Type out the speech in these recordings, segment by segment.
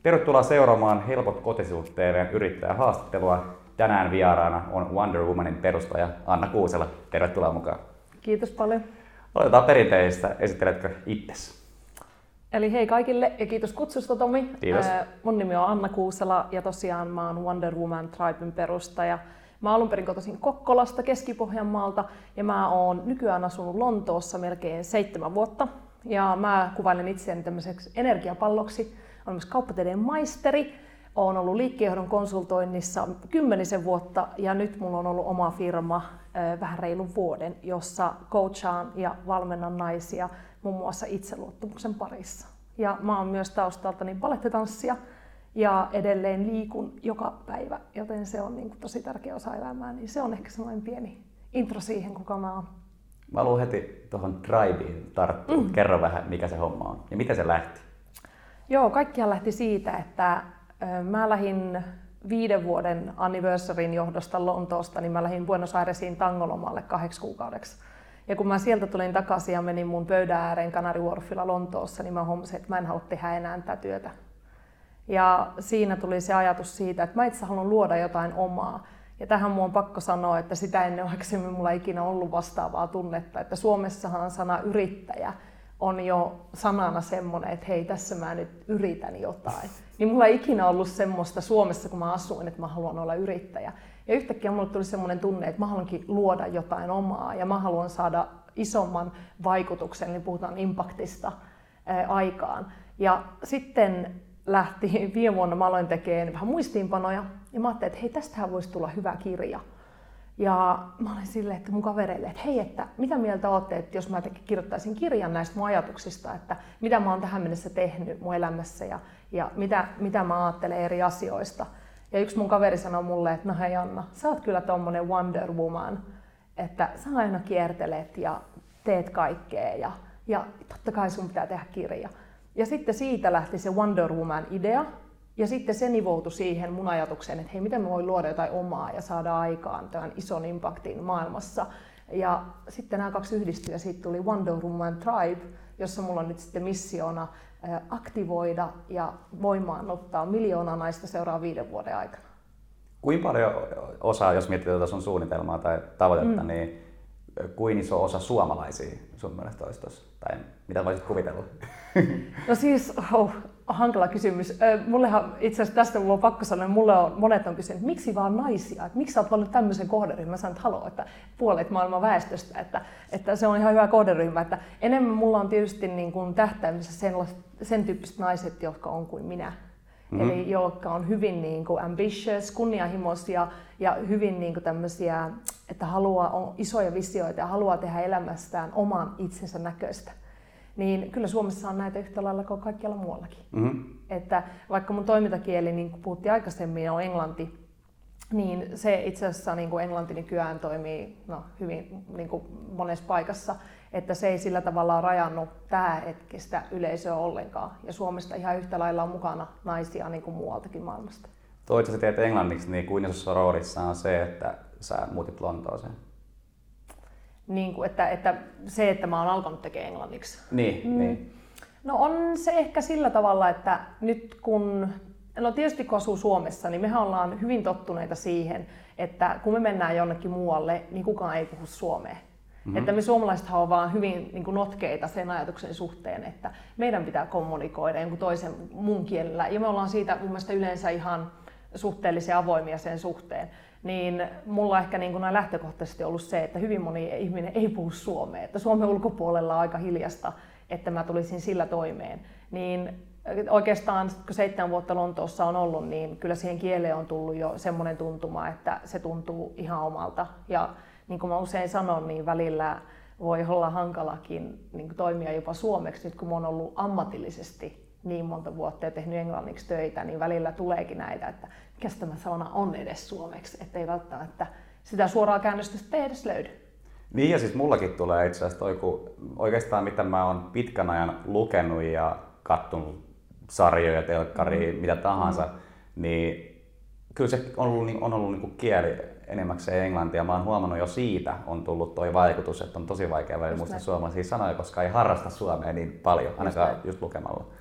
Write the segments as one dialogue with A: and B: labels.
A: Tervetuloa seuraamaan Helpot kotisivut TV:n yrittäjähaastattelua. Tänään vieraana on Wonder Womanin perustaja Anna Kuusela. Tervetuloa mukaan.
B: Kiitos paljon.
A: Aloitetaan perinteistä. Esitteletkö itsesi?
B: Eli hei kaikille ja kiitos kutsusta, Tomi.
A: Kiitos.
B: Mun nimi on Anna Kuusela ja tosiaan mä oon Wonder Woman Triben perustaja. Mä oon alun perin kotoisin Kokkolasta, Keski-Pohjanmaalta ja mä oon nykyään asunut Lontoossa melkein 7 vuotta. Ja mä kuvailen itseäni tämmöiseksi energiapalloksi. Olen myös kauppatieteen maisteri. Olen ollut liikkeenjohdon konsultoinnissa 10 vuotta ja nyt mulla on ollut oma firma vähän reilun vuoden, jossa coachaan ja valmennan naisia muun muassa itseluottamuksen parissa. Ja mä oon myös taustaltani balettitanssija ja edelleen liikun joka päivä, joten se on tosi tärkeä osa elämää, niin se on ehkä sellainen pieni intro siihen, kuka mä oon.
A: Mä haluan heti tuohon Tribeen tarttua. Kerro vähän, mikä se homma on ja miten se lähti?
B: Joo, kaikkiaan lähti siitä, että mä lähdin 5 vuoden anniversaryn johdosta Lontoosta, niin mä lähdin Buenos Airesiin tangolomalle 2 kuukaudeksi. Ja kun mä sieltä tulin takaisin ja menin mun pöydän ääreen Canary Wharfilla Lontoossa, niin mä huomasin, että mä en halua tehdä enää tätä työtä. Ja siinä tuli se ajatus siitä, että mä itse haluan luoda jotain omaa. Ja tähän mun on pakko sanoa, että sitä ennen aikaisemmin mulla ei ikinä ollut vastaavaa tunnetta, että Suomessahan sana yrittäjä on jo sanana semmoinen, että hei, tässä mä nyt yritän jotain. Niin mulla ei ikinä ollut semmoista Suomessa, kun mä asuin, että mä haluan olla yrittäjä. Ja yhtäkkiä mulle tuli semmoinen tunne, että mä haluankin luoda jotain omaa ja mä haluan saada isomman vaikutuksen, niin puhutaan impactista aikaan. Ja sitten viime vuonna mä aloin tekemään vähän muistiinpanoja ja mä ajattelin, että hei, tästähän voisi tulla hyvä kirja. Ja mä olin silleen, että mun kavereille, että hei, että mitä mieltä ootte, että jos mä kirjoittaisin kirjan näistä mun ajatuksista, että mitä mä oon tähän mennessä tehnyt mun elämässä ja mitä mä ajattelen eri asioista. Ja yksi mun kaveri sanoi mulle, että no hei Anna, sä oot kyllä tommonen Wonder Woman, että sä aina kiertelet ja teet kaikkea ja totta kai sun pitää tehdä kirja. Ja sitten siitä lähti se Wonder Woman idea. Ja sitten se nivoutui siihen mun ajatukseen, että hei, miten mä voin luoda jotain omaa ja saada aikaan tämän ison impactin maailmassa. Ja sitten nämä 2 yhdistyi ja siitä tuli Wonder Woman Tribe, jossa mulla on nyt sitten missiona aktivoida ja voimaannuttaa 1 miljoonaa naista seuraavan 5 vuoden aikana.
A: Kuinka paljon osaa, jos miettii tuota sun suunnitelmaa tai tavoitetta, niin kuinka iso osa suomalaisia sun mielestä olisi tuossa? Tai mitä voisit kuvitella?
B: No siis, hankala kysymys. Mullehan itse asiassa tästä mulla on pakko sanoa, monet on kysynyt, että miksi vaan naisia? Että miksi sä oot valinnut tämmöisen kohderyhmän? Mä sanon, että haloo, että puolet maailman väestöstä, että se on ihan hyvä kohderyhmä. Että enemmän mulla on tietysti niin kuin tähtäimessä sen tyyppiset naiset, jotka on kuin minä. Eli jotka on hyvin niin kuin ambitious, kunnianhimoisia ja hyvin niin kuin tämmöisiä, että on isoja visioita ja haluaa tehdä elämästään oman itsensä näköistä. Niin kyllä Suomessa on näitä yhtä lailla kuin kaikkialla muuallakin. Että vaikka mun toimintakieli, niin kuin puhuttiin aikaisemmin, on englanti, niin se itse asiassa niin kuin englanti nykyään toimii hyvin niin kuin monessa paikassa, että se ei sillä tavalla rajannut tämänhetkistä yleisöä ollenkaan. Ja Suomesta ihan yhtä lailla on mukana naisia niin kuin muualtakin maailmasta.
A: Toit sä teet englanniksi, niin kuin isossa roolissa on se, että sä muutit Lontooseen?
B: Niin kuin, että se, että mä oon alkanut tekemään englanniksi.
A: Niin.
B: No on se ehkä sillä tavalla, että nyt kun tietysti kun asuu Suomessa, niin mehän ollaan hyvin tottuneita siihen, että kun me mennään jonnekin muualle, niin kukaan ei puhu suomea. Että me suomalaisethan on vaan hyvin niin kuin notkeita sen ajatuksen suhteen, että meidän pitää kommunikoida jonkun toisen muun kielellä. Ja me ollaan siitä mun mielestä yleensä ihan suhteellisen avoimia sen suhteen. Niin mulla ehkä niin kuin näin lähtökohtaisesti ollut se, että hyvin moni ihminen ei puhu suomea. Että Suomen ulkopuolella on aika hiljasta, että mä tulisin sillä toimeen. Niin oikeastaan kun 7 vuotta Lontoossa on ollut, niin kyllä siihen kieleen on tullut jo semmoinen tuntuma, että se tuntuu ihan omalta. Ja niin kuin mä usein sanon, niin välillä voi olla hankalakin niin kuin toimia jopa suomeksi. Nyt kun mä oon ollut ammatillisesti niin monta vuotta ja tehnyt englanniksi töitä, niin välillä tuleekin näitä, että mikä tämä sana on edes suomeksi, ettei välttämättä sitä suoraa käännöstä ei edes löydy.
A: Niin ja siis mullakin tulee itse asiassa oikeastaan mitä mä oon pitkän ajan lukenut ja katsonut sarjoja, telkkaria, mitä tahansa, niin kyllä se on ollut niin kuin kieli enemmäkseen englantia. Mä oon huomannut jo siitä on tullut toi vaikutus, että on tosi vaikea välillä muistaa suomalaisia sanoja, koska ei harrasta suomea niin paljon, ainakaan just lukemalla.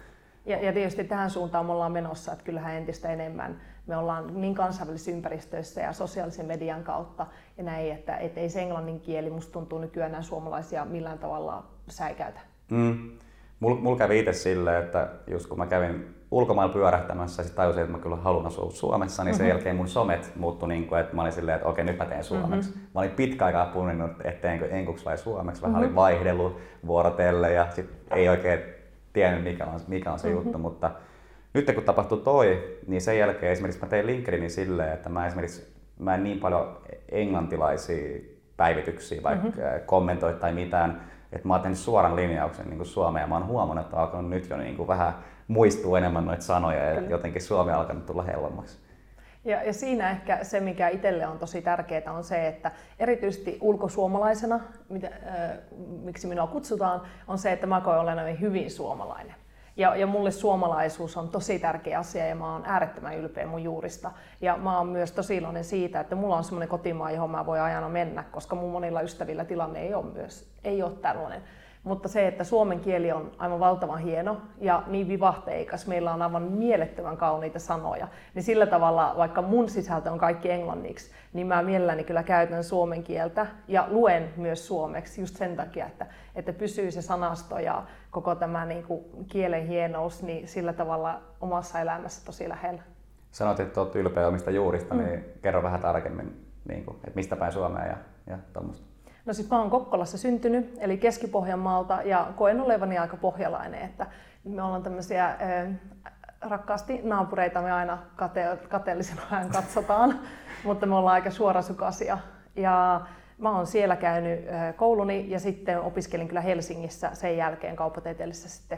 B: Ja tietysti tähän suuntaan me ollaan menossa, että kyllähän entistä enemmän me ollaan niin kansainvälisissä ympäristöissä ja sosiaalisen median kautta ja näin, että ei se englannin kieli musta tuntuu nykyään enää suomalaisia millään tavalla säikäytä.
A: Mulla kävi itse silleen, että just kun mä kävin ulkomailla pyörähtämässä ja tajusin, että mä kyllä haluan asua Suomessa, niin sen jälkeen mun somet muuttui niin kuin, että mä olin silleen, että okei, nyt mä teen suomeksi. Mä olin pitkä aikaa punninnut, että teenkö enkuksi vai suomeksi. Vähän olin vaihdellut vuorotellen ja sit ei oikein tiennyt mikä on se juttu, mutta nyt kun tapahtui toi, niin sen jälkeen esimerkiksi mä tein LinkedInin silleen, että mä en niin paljon englantilaisia päivityksiä vaikka kommentoi tai mitään, että mä oon tehnyt suoran linjauksen niin kuin Suomeen ja mä oon huomannut, että on alkanut nyt jo niin kuin vähän muistuu enemmän noita sanoja ja jotenkin suomi on alkanut tulla helpommaksi.
B: Ja siinä ehkä se, mikä itselle on tosi tärkeää, on se, että erityisesti ulkosuomalaisena, miksi minua kutsutaan, on se, että mä koen olen hyvin suomalainen. Ja mulle suomalaisuus on tosi tärkeä asia ja mä oon äärettömän ylpeä mun juurista. Ja mä oon myös tosi iloinen siitä, että mulla on semmoinen kotimaa, johon mä voin aina mennä, koska mun monilla ystävillä tilanne ei ole tällainen. Mutta se, että suomen kieli on aivan valtavan hieno ja niin vivahteikas, meillä on aivan mielettömän kauniita sanoja, niin sillä tavalla, vaikka mun sisältö on kaikki englanniksi, niin mä mielelläni kyllä käytän suomen kieltä ja luen myös suomeksi just sen takia, että pysyy se sanasto ja koko tämä niin kuin kielen hienous niin sillä tavalla omassa elämässä tosi lähellä.
A: Sanoit, että olet ylpeä omista juurista, niin kerro vähän tarkemmin, niin kuin, että mistä päin Suomea ja tuommoista.
B: No siis mä oon Kokkolassa syntynyt, eli Keski-Pohjanmaalta, ja koen olevani aika pohjalainen, että me ollaan tämmöisiä rakkaasti naapureita, me aina kateellisena vähän katsotaan, mutta me ollaan aika suorasukaisia. Ja mä oon siellä käynyt kouluni ja sitten opiskelin kyllä Helsingissä sen jälkeen kauppatieteellisessä sitten,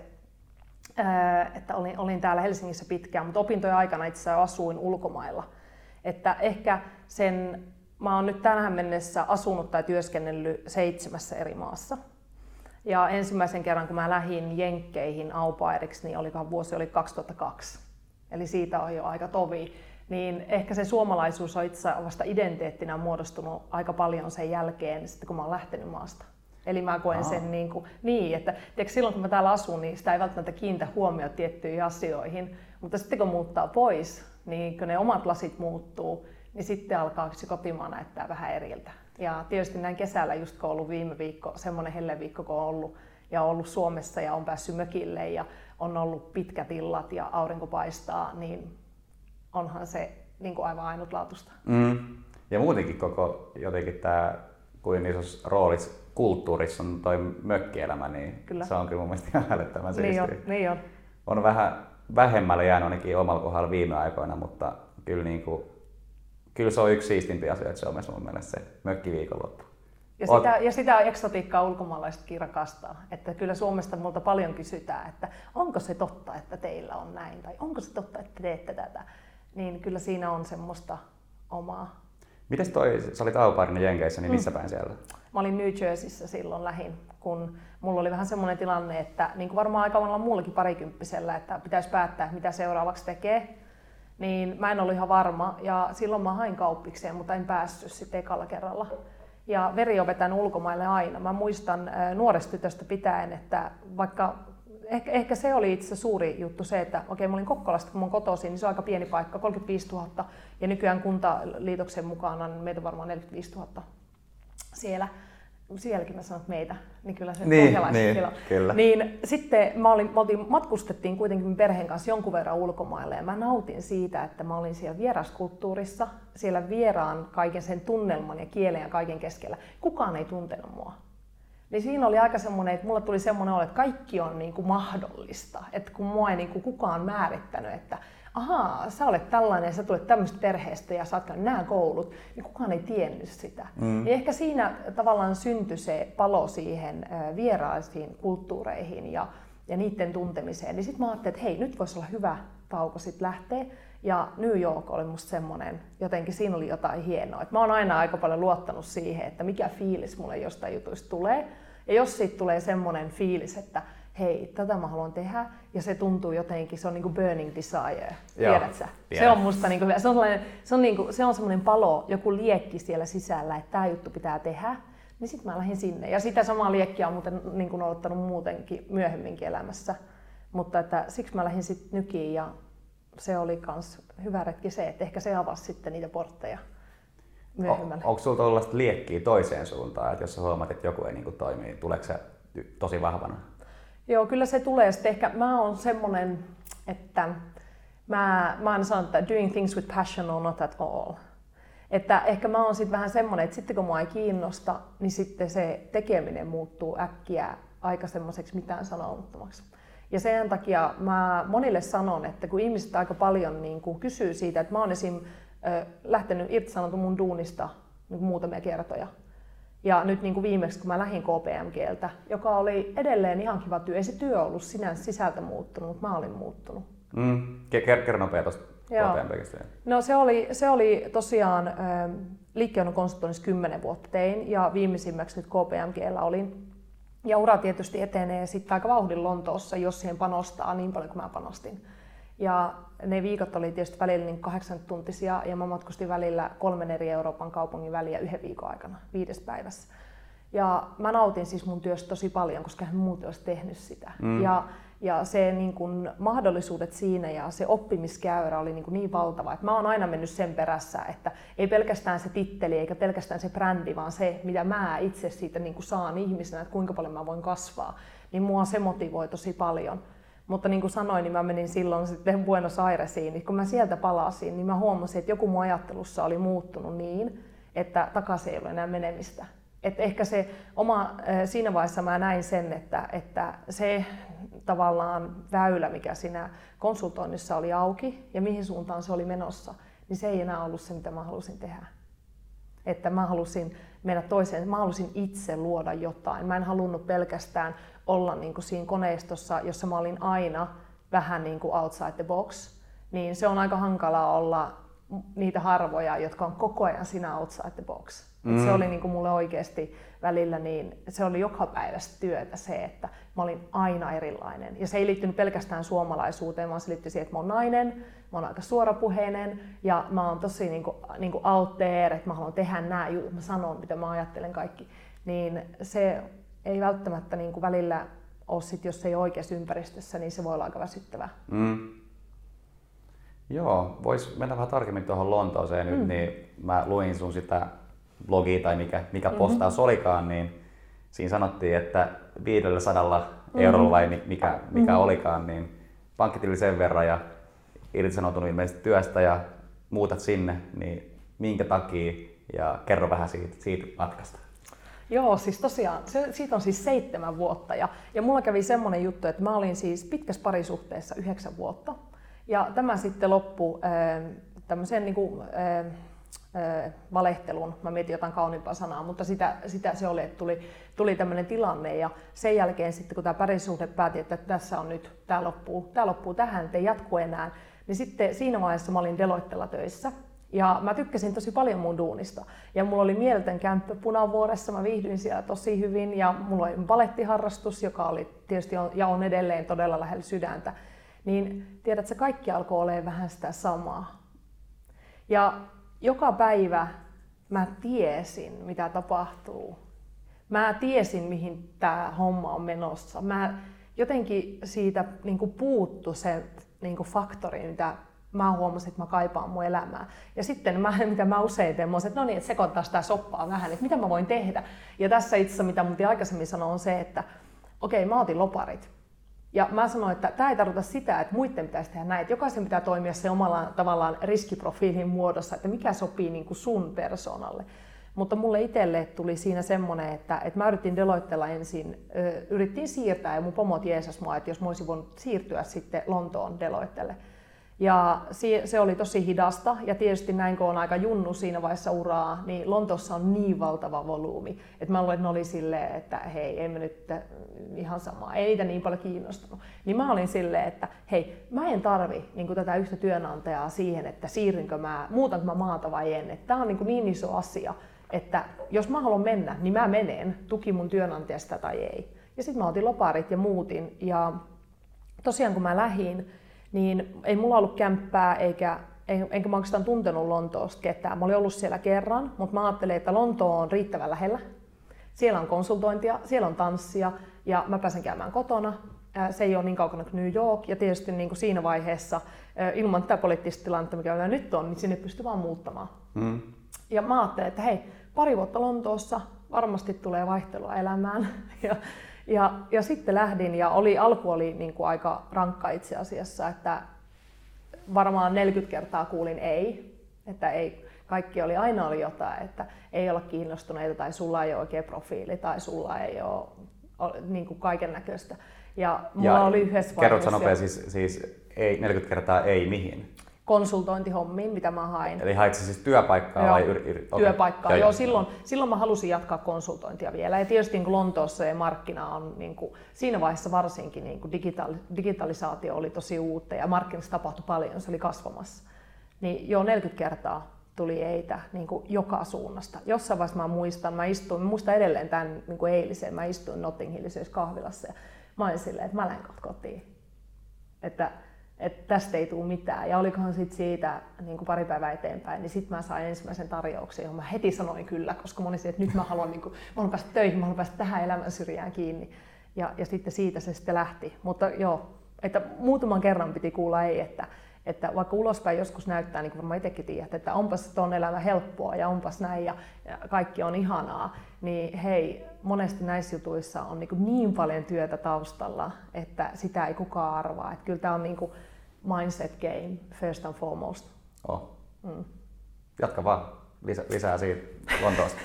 B: että olin täällä Helsingissä pitkään, mutta opintojen aikana itse asiassa asuin ulkomailla. Että ehkä mä oon nyt tähän mennessä asunut tai työskennellyt 7 eri maassa. Ja ensimmäisen kerran, kun mä lähdin Jenkkeihin au pairiksi, niin vuosi oli 2002. Eli siitä on jo aika tovi. Niin ehkä se suomalaisuus on itse vasta identiteettinä muodostunut aika paljon sen jälkeen, sitten kun mä oon lähtenyt maasta. Eli mä koen sen niin, että silloin kun mä täällä asun, niin sitä ei välttämättä kiinnitä huomioon tiettyihin asioihin. Mutta sitten kun muuttaa pois, niin kun ne omat lasit muuttuu, niin sitten alkaa se kotimaa näyttää vähän eriltä. Ja tietysti näin kesällä, just kun on ollut viime viikko, semmoinen helleviikko kun on ollut Suomessa ja on päässyt mökille ja on ollut pitkät illat ja aurinko paistaa, niin onhan se niin kuin aivan ainutlaatuista.
A: Ja muutenkin koko jotenkin tämä, kuin isossa roolissa kulttuurissa on toi mökkielämä, niin kyllä. Se on kyllä mun mielestä ihan älyttömän siistiä.
B: Niin on.
A: On vähän vähemmälle jäänyt ainakin omalla kohdalla viime aikoina, mutta kyllä se on yksi siistimpiä asioita Suomessa mun mielestä se mökkiviikonloppu.
B: Ja sitä eksotiikkaa ulkomaalaisetkin rakastaa. Että kyllä Suomesta multa paljon kysytään, että onko se totta, että teillä on näin, tai onko se totta, että teette tätä. Niin kyllä siinä on semmoista omaa.
A: Mites sä olit au pairina Jenkeissä, niin missä päin siellä?
B: Mä olin New Jerseyssä silloin lähin, kun mulla oli vähän semmoinen tilanne, että niin kuin varmaan aika monella muullakin parikymppisellä, että pitäisi päättää, mitä seuraavaksi tekee. Niin mä en ollut ihan varma ja silloin mä hain kauppikseen, mutta en päässyt sitten ekalla kerralla. Ja veri on vetänyt ulkomaille aina. Mä muistan nuoresta tytöstä pitäen, että vaikka ehkä se oli itse suuri juttu se, että okei, mä olin Kokkolasta, kun mä oon kotoisin, niin se on aika pieni paikka, 35 000. Ja nykyään kuntaliitoksen mukaan on meitä varmaan 45 000 siellä. Sielläkin mä sanon meitä, niin kyllä se
A: kyllä.
B: Niin sitten matkustettiin kuitenkin perheen kanssa jonkun verran ulkomaille ja mä nautin siitä, että mä olin siellä vieraskulttuurissa, siellä vieraan kaiken sen tunnelman ja kielen ja kaiken keskellä. Kukaan ei tuntenut mua. Niin siinä oli aika semmoinen, että mulla tuli semmoinen olo, että kaikki on niin kuin mahdollista. Että kun mua ei niin kuin kukaan määrittänyt, että ahaa, sä olet tällainen ja sä tulet tämmöistä perheestä ja sä oot käynyt nämä koulut, niin kukaan ei tiennyt sitä. Ja ehkä siinä tavallaan syntyi se palo siihen vieraisiin kulttuureihin ja niiden tuntemiseen. Niin sitten mä ajattelin, että hei, nyt voisi olla hyvä tauko sitten lähteä. Ja New York oli musta semmoinen, jotenkin siinä oli jotain hienoa. Et mä oon aina aika paljon luottanut siihen, että mikä fiilis mulle jostain jutuista tulee. Ja jos siitä tulee semmoinen fiilis, että hei, tätä mä haluan tehdä, ja se tuntuu jotenkin, se on niinku burning desire, tiedät sä? Se on musta niinku, se on semmoinen palo, joku liekki siellä sisällä, että tää juttu pitää tehdä, niin sit mä lähdin sinne. Ja sitä samaa liekkiä on muuten niinku odottanut muutenkin myöhemminkin elämässä. Mutta että siksi mä lähdin sitten Nykiin ja se oli myös hyvä retki se, että ehkä se avasi sitten niitä portteja myöhemmälle.
A: Onko sulla ollut liekkiä toiseen suuntaan, että jos sä huomaat, että joku ei niin kuin toimi, niin tuleeko se tosi vahvana?
B: Joo, kyllä se tulee. Sitten ehkä mä oon semmonen, että mä aina sanon, että doing things with passion or not at all. Että ehkä mä oon sitten vähän semmonen, että sitten kun mua ei kiinnosta, niin sitten se tekeminen muuttuu äkkiä aika semmoiseksi mitään sanomattomaksi. Ja sen takia mä monille sanon, että kun ihmiset aika paljon niin kuin kysyy siitä, että mä oon esim. Lähtenyt irtisanotun mun duunista niin kuin muutamia kertoja. Ja nyt niin kuin viimeksi, kun mä lähdin KPMGltä, joka oli edelleen ihan kiva työ, ei se työ ollut sinänsä sisältä muuttunut, mutta mä olin muuttunut.
A: Kerro nopea tuosta KPMGstä.
B: No se oli tosiaan liikkeenjohdon konsultoinnissa 10 vuotta tein ja viimeisimmäksi nyt KPMGllä olin. Ja ura tietysti etenee sitten aika vauhdin Lontoossa, jos siihen panostaa niin paljon kuin mä panostin. Ja ne viikot oli tietysti välillä niin 8-tuntisia ja mä matkustin välillä 3 eri Euroopan kaupungin väliä 1 viikon aikana, 5 päivässä. Ja mä nautin siis mun työstä tosi paljon, koska hän muuten olisi tehnyt sitä. Ja se niin kun, mahdollisuudet siinä ja se oppimiskäyrä oli niin valtava. Et mä oon aina mennyt sen perässä, että ei pelkästään se titteli eikä pelkästään se brändi, vaan se, mitä mä itse siitä niin saan ihmisenä, että kuinka paljon mä voin kasvaa. Niin mua se motivoi tosi paljon. Mutta niin kuin sanoin, niin mä menin silloin sitten Buenos Airesiin, niin kun mä sieltä palasin, niin mä huomasin, että joku mun ajattelussa oli muuttunut niin, että takaisin ei ole enää menemistä. Että ehkä se siinä vaiheessa mä näin sen, että se tavallaan väylä, mikä siinä konsultoinnissa oli auki ja mihin suuntaan se oli menossa, niin se ei enää ollut se, mitä mä halusin tehdä. Että mä halusin mennä toiseen, mä halusin itse luoda jotain. Mä en halunnut pelkästään olla niin kuin siinä koneistossa, jossa mä olin aina vähän niin kuin outside the box. Niin se on aika hankalaa olla niitä harvoja, jotka on koko ajan siinä outside the box. Se oli niin kuin mulle oikeasti välillä, niin se oli joka päivästä työtä se, että mä olin aina erilainen. Ja se ei liittynyt pelkästään suomalaisuuteen, vaan se liittyi siihen, että mä oon nainen, mä oon aika suorapuheinen ja mä oon tosi niin kuin out there, että mä haluan tehdä nämä jutut, mä sanon mitä mä ajattelen kaikki. Niin se ei välttämättä niin kuin välillä ole sit, jos se ei ole oikeassa ympäristössä, niin se voi olla aika väsyttävää.
A: Joo, vois mennä vähän tarkemmin tuohon Lontooseen nyt, niin mä luin sun sitä blogia tai mikä postaus olikaan, niin siinä sanottiin, että 500 eurolla vai mikä olikaan, niin pankkitili sen verran ja irtisanoutunut ilmeisesti työstä ja muutat sinne, niin minkä takia ja kerro vähän siitä matkasta.
B: Joo, siis tosiaan, siitä on siis 7 vuotta ja mulla kävi semmoinen juttu, että mä olin siis pitkässä parisuhteessa 9 vuotta ja tämä sitten loppui tämmöiseen niinku, valehtelun. Mä mietin jotain kauniimpaa sanaa, mutta sitä se oli, että tuli tämmöinen tilanne ja sen jälkeen sitten kun tämä parisuhde päätti, että tässä on nyt, tämä loppuu tähän, ettei jatku enää, niin sitten siinä vaiheessa mä olin Deloittella töissä ja mä tykkäsin tosi paljon mun duunista ja mulla oli mieletön kämppä Punavuoressa, mä viihdyin siellä tosi hyvin ja mulla oli balettiharrastus, joka oli tietysti ja on edelleen todella lähellä sydäntä, niin tiedätkö, kaikki alkoi olemaan vähän sitä samaa. Ja joka päivä mä tiesin, mitä tapahtuu. Mä tiesin, mihin tää homma on menossa. Mä jotenkin siitä niin puuttu se niin faktori, mitä mä huomasin, että mä kaipaan mun elämää. Ja sitten mitä mä usein teen, mä että no niin, että sekoittaa sitä soppaa vähän, että mitä mä voin tehdä. Ja tässä itse asiassa, mitä mun aikaisemmin sanoin, on se, että okei, mä otin loparit. Ja mä sanoin, että tämä ei tarkoita sitä, että muiden pitäisi tehdä näin. Jokaisen pitää toimia se omalla tavallaan riskiprofiilin muodossa, että mikä sopii niin kuin sun persoonalle. Mutta mulle itselle tuli siinä semmoinen, että mä yritin Deloittella ensin, yrittiin siirtää ja mun pomot jeesas mua, että jos mä olisin voinut siirtyä sitten Lontoon Deloittelle. Ja se oli tosi hidasta ja tietysti näin kun on aika junnu siinä vaiheessa uraa, niin Lontoossa on niin valtava volyymi, että mä luulen, että ne oli silleen, että hei, ei me nyt ihan samaa, ei niitä niin paljon kiinnostunut. Niin mä olin silleen, että hei, mä en tarvi niin tätä yhtä työnantajaa siihen, että muutanko mä maata vai en. Että tää on niin iso asia, että jos mä haluan mennä, niin mä menen, tuki mun työnantajasta tai ei. Ja sitten mä otin loparit ja muutin ja tosiaan kun mä lähdin, niin ei mulla ollut kämppää enkä mä oikeastaan tuntenut Lontoosta ketään. Mä olin ollut siellä kerran, mutta mä ajattelin, että Lontoo on riittävän lähellä. Siellä on konsultointia, siellä on tanssia ja mä pääsen käymään kotona. Se ei ole niin kaukana kuin New York, ja tietysti niin kuin siinä vaiheessa ilman tätä poliittista tilannetta, mikä meillä nyt on, niin sinne pystyy vaan muuttamaan. Ja mä ajattelin, että hei, 2 vuotta Lontoossa, varmasti tulee vaihtelua elämään. Ja sitten lähdin, ja alku oli niin kuin aika rankka itse asiassa, että varmaan 40 kertaa kuulin ei, että ei. Kaikki aina oli jotain, että ei olla kiinnostuneita tai sulla ei ole oikea profiili tai sulla ei ole niin kuin kaiken näköistä. Ja mulla oli yhdessä
A: vaiheessa... Kerrotko nopea siis ei, 40 kertaa ei mihin?
B: Konsultointihommiin, mitä mä hain.
A: Eli hait siis työpaikkaa vai
B: työpaikkaa. Okay. Joo, silloin mä halusin jatkaa konsultointia vielä. Ja tietysti niin Lontoossa se markkina on, niin kuin, siinä vaiheessa varsinkin niin kuin digitalisaatio oli tosi uutta ja markkinassa tapahtui paljon, se oli kasvamassa. Niin jo 40 kertaa tuli eitä niin kuin joka suunnasta. Jossain vaiheessa mä muistan edelleen tämän niin kuin eilisen, mä istuin Notting Hillissä kahvilassa ja mä olin silleen, että mä lähden kotiin. Että tästä ei tule mitään. Ja olikohan siitä niin kuin pari päivää eteenpäin, niin sitten mä sain ensimmäisen tarjouksen, johon mä heti sanoin kyllä, koska mä olin että nyt mä haluan päästä töihin, mä haluan päästä tähän elämän syrjään kiinni. Ja sitten siitä se sitten lähti. Mutta joo, että muutaman kerran piti kuulla ei, että vaikka ulospäin joskus näyttää, niin kuin varmaan itsekin tiedät, että onpas ton elämä helppoa ja onpas näin ja kaikki on ihanaa, niin hei, monesti näissä jutuissa on niin paljon työtä taustalla, että sitä ei kukaan arvaa. Että kyllä tämä on niin kuin mindset game first and foremost.
A: Jatka vaan. Lisää siitä Lontoosta.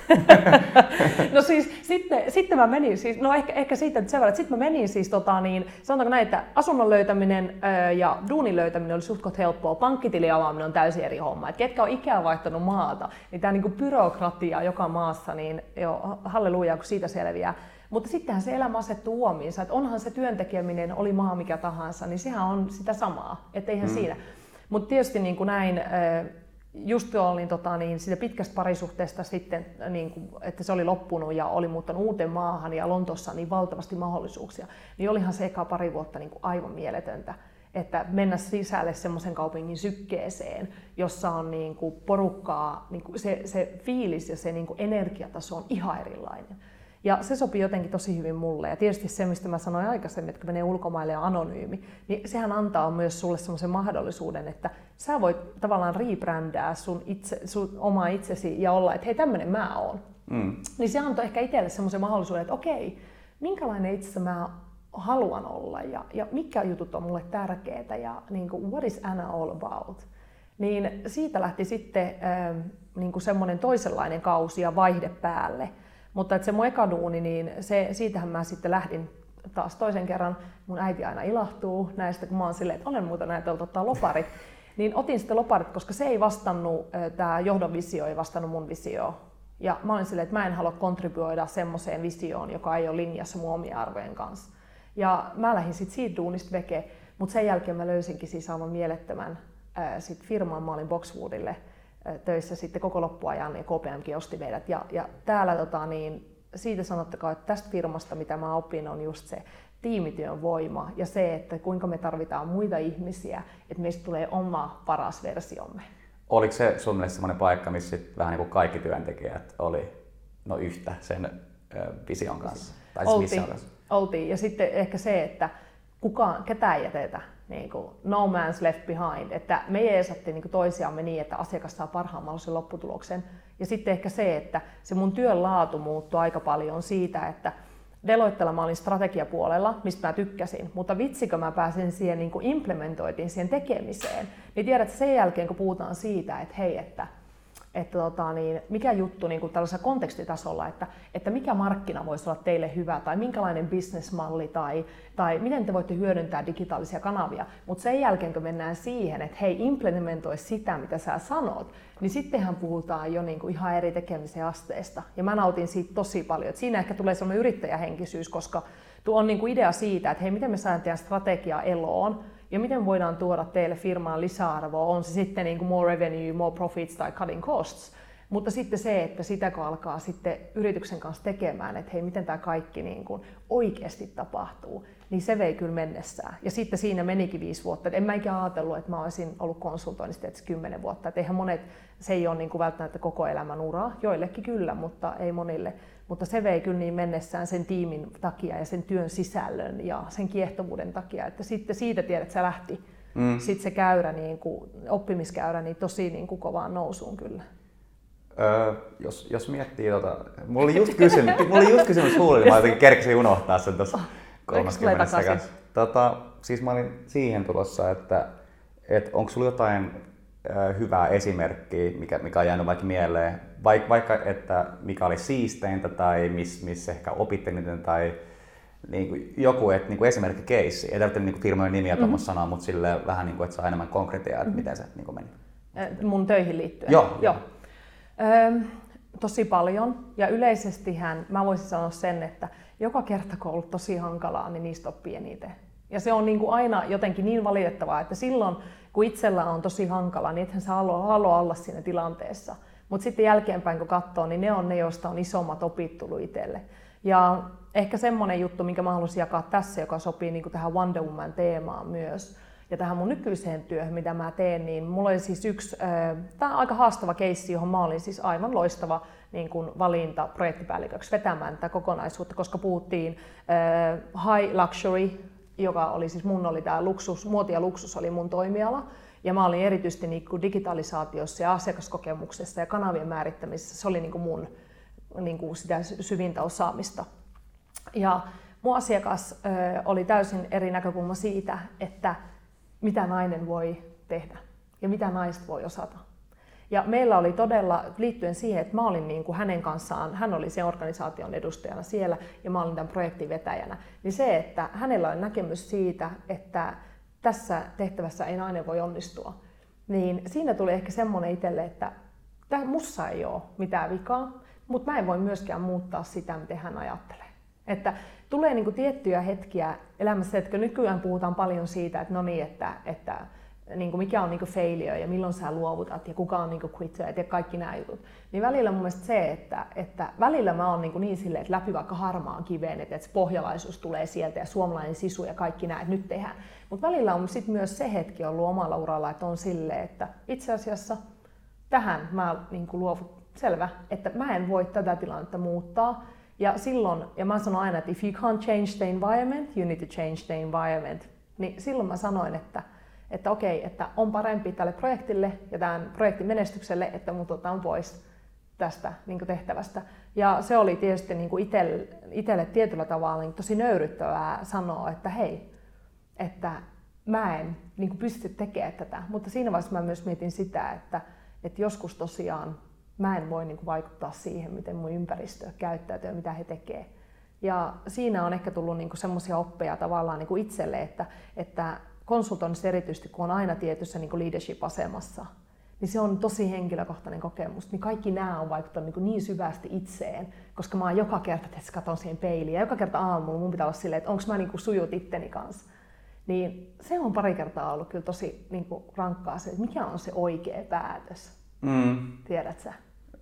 B: No siis sitten mä menin, ehkä siitä sen verran, että sitten mä menin sanotaanko näin, että asunnon löytäminen ja duunin löytäminen oli suht helppoa, pankkitilin avaaminen on täysin eri homma. Et ketkä on ikään vaihtanut maata, niin tää niinku byrokratia joka maassa, niin jo halleluja kun siitä selviää. Mutta sittenhän se elämä asettuu uomiinsa, että onhan se työntekeminen, oli maa mikä tahansa, niin sehän on sitä samaa, että eihän siinä. Mutta tietysti niin kuin näin, just olin siitä pitkästä parisuhteesta sitten, niin kuin, että se oli loppunut ja oli muuttanut uuteen maahan ja Lontoossa niin valtavasti mahdollisuuksia, niin olihan se eka 2 vuotta niin kuin aivan mieletöntä, että mennä sisälle semmoisen kaupungin sykkeeseen, jossa on niin kuin porukkaa, niin kuin se fiilis ja se niin kuin energiataso on ihan erilainen. Ja se sopii jotenkin tosi hyvin mulle. Ja tietysti se, mistä mä sanoin aikaisemmin, että kun menee ulkomaille ja anonyymi, niin sehän antaa myös sulle semmoisen mahdollisuuden, että sä voit tavallaan rebrändää sun omaa itsesi ja olla, että hei, tämmönen mä oon. Niin se antoi ehkä itselle semmoisen mahdollisuuden, että okei, minkälainen itse mä haluan olla ja mitkä jutut on mulle tärkeitä ja niin kuin, what is Anna all about? Niin siitä lähti sitten niin kuin semmoinen toisenlainen kausi ja vaihde päälle. Mutta että se mun eka duuni, niin siitähän mä sitten lähdin taas toisen kerran. Mun äiti aina ilahtuu näistä, kun mä oon silleen, että olen muuten ajatellut ottaa loparit. Niin otin sitten loparit, koska se ei vastannut, tämä johdon visio ei vastannut mun visioon. Ja mä olin silleen, että mä en halua kontribuoida semmoiseen visioon, joka ei ole linjassa mun omien arvojen kanssa. Ja mä lähdin sitten siitä duunista veke, mutta sen jälkeen mä löysinkin siis aivan mielettömän sit firman. Mä olin Boxwoodille töissä sitten koko loppuajan ja KPMG osti meidät. Ja täällä siitä sanottakaa, että tästä firmasta mitä mä opin on just se tiimityön voima ja se, että kuinka me tarvitaan muita ihmisiä, että meistä tulee oma paras versiomme.
A: Oliko se sun mielestä semmoinen paikka, missä vähän niin kuin kaikki työntekijät oli yhtä sen vision kanssa? Tai
B: Oltiin. Ja sitten ehkä se, että ketään ei jätetä. Niin kuin no man's left behind, että me jeesattiin niin kuin toisiamme niin, että asiakas saa parhaan mahdollisen lopputuloksen. Ja sitten ehkä se, että se mun työn laatu muuttui aika paljon siitä, että Deloittella mä olin strategiapuolella, mistä mä tykkäsin, mutta vitsikö mä pääsin siihen niin kuin implementoitiin siihen tekemiseen, niin tiedät sen jälkeen kun puhutaan siitä, että hei, että mikä juttu niin kuin tällaisella kontekstitasolla, että mikä markkina voisi olla teille hyvä tai minkälainen bisnesmalli tai miten te voitte hyödyntää digitaalisia kanavia. Mutta sen jälkeen kun mennään siihen, että hei, implementoi sitä mitä sä sanot, niin sittenhän puhutaan jo niin kuin ihan eri tekemisen asteesta. Ja mä nautin siitä tosi paljon. Et siinä ehkä tulee sellainen yrittäjähenkisyys, koska tuo on niin kuin idea siitä, että hei, miten me saadaan tehdä strategiaa eloon, ja miten voidaan tuoda teille firmaan lisäarvoa, on se sitten niin kuin more revenue, more profits tai cutting costs, Mutta sitten se, että sitä kun alkaa sitten yrityksen kanssa tekemään, että hei, miten tämä kaikki niin kuin oikeasti tapahtuu, niin se vei kyllä mennessään. Ja sitten siinä menikin 5 vuotta. Et en mä ikinä ajatellut, että mä olisin ollut konsultoinnista 10 vuotta. Et eihän monet, se ei ole niin kuin välttämättä koko elämän uraa, joillekin kyllä, mutta ei monille. Mutta se vei kyllä niin mennessään sen tiimin takia ja sen työn sisällön ja sen kiehtovuuden takia, että sitten siitä tiedät, että se lähti. Sitten se käyrä, niin kuin, oppimiskäyrä, niin tosi niin kuin kovaan nousuun kyllä.
A: Jos miettii, mulla oli just kysymys huulilla, mä jotenkin kerkesin unohtaa sen tuossa 30 sekunnissa. Siis mä olin siihen tulossa, että onko sulla jotain hyvää esimerkkiä, mikä on jäänyt vaikka mieleen, vaikka että mikä oli siisteintä tai missä ehkä opitte niiden tai niin kuin joku niin esimerkki keissi. Ei tarvitse niin firmojen nimiä tuommoista sanoa, mutta silleen vähän niin kuin, että saa enemmän konkretiaa, että miten se niin kuin meni.
B: Mun töihin liittyen?
A: Joo.
B: Tosi paljon. Ja yleisestihän mä voisin sanoa sen, että joka kerta kun on ollut tosi hankalaa, niin niistä oppii eniten. Ja se on niin kuin aina jotenkin niin valitettavaa, että silloin kun itsellä on tosi hankala, niin ethän sä halua olla siinä tilanteessa. Mutta sitten jälkeenpäin kun katsoo, niin ne on ne, joista on isommat opit tullut itselle. Ja ehkä semmoinen juttu, minkä mä haluaisin jakaa tässä, joka sopii niin kuin tähän Wonder Woman teemaan myös, ja tähän mun nykyiseen työhön, mitä mä teen, niin mulla oli siis yksi, tää on aika haastava keissi, johon mä olin siis aivan loistava niin kuin valinta projektipäälliköksi vetämään tätä kokonaisuutta, koska puhuttiin high luxury, joka oli siis mun oli tää muoti ja luksus oli mun toimiala, ja mä olin erityisesti niin kuin digitalisaatiossa ja asiakaskokemuksessa ja kanavien määrittämisessä, se oli niin kuin mun niin kuin sitä syvintä osaamista. Ja mun asiakas oli täysin eri näkökulma siitä, että mitä nainen voi tehdä ja mitä naiset voi osata. Ja meillä oli todella, liittyen siihen, että mä olin niin kuin hänen kanssaan, hän oli sen organisaation edustajana siellä ja mä olin tämän projektin vetäjänä, niin se, että hänellä oli näkemys siitä, että tässä tehtävässä ei nainen voi onnistua, niin siinä tuli ehkä semmoinen itselle, että mussa ei ole mitään vikaa, mutta mä en voi myöskään muuttaa sitä, miten hän ajattelee. Että tulee niin kuin tiettyjä hetkiä elämässä, että nykyään puhutaan paljon siitä, että no niin, että niin kuin mikä on niin kuin failure ja milloin sä luovutat ja kuka on niin kuin quitter ja kaikki nämä jutut. Niin välillä mun mielestä se, että välillä mä oon niin silleen, että läpi vaikka harmaan kiveen, että se pohjalaisuus tulee sieltä ja suomalainen sisu ja kaikki nämä, että nyt tehdään. Mutta välillä on sitten myös se hetki ollut omalla uralla, että on silleen, että itse asiassa tähän mä niin kuin luovut. Selvä, että mä en voi tätä tilannetta muuttaa. Ja silloin, ja mä sanon aina, että if you can't change the environment, you need to change the environment. Niin silloin mä sanoin, että okei, että on parempi tälle projektille ja tämän projektin menestykselle, että mut otetaan pois tästä niin kuin tehtävästä. Ja se oli tietysti niin kuin itselle tietyllä tavalla niin tosi nöyryttävää sanoa, että hei, että mä en niin kuin pysty tekemään tätä. Mutta siinä vaiheessa mä myös mietin sitä, että joskus tosiaan mä en voi niin kuin vaikuttaa siihen, miten mun ympäristö käyttäytyy ja mitä he tekee. Ja siinä on ehkä tullut niin kuin semmoisia oppeja tavallaan niin kuin itselle, että konsultoinnissa erityisesti, kun on aina tietyssä niin kuin leadership-asemassa, niin se on tosi henkilökohtainen kokemus. Niin kaikki nämä on vaikuttanut niin syvästi itseen, koska mä oon joka kerta, että katon siihen peiliin ja joka kerta aamulla mun pitää olla silleen, että onko mä niin kuin sujut itteni kanssa. Niin se on pari kertaa ollut kyllä tosi niin kuin rankkaa se, että mikä on se oikea päätös. Tiedät sä?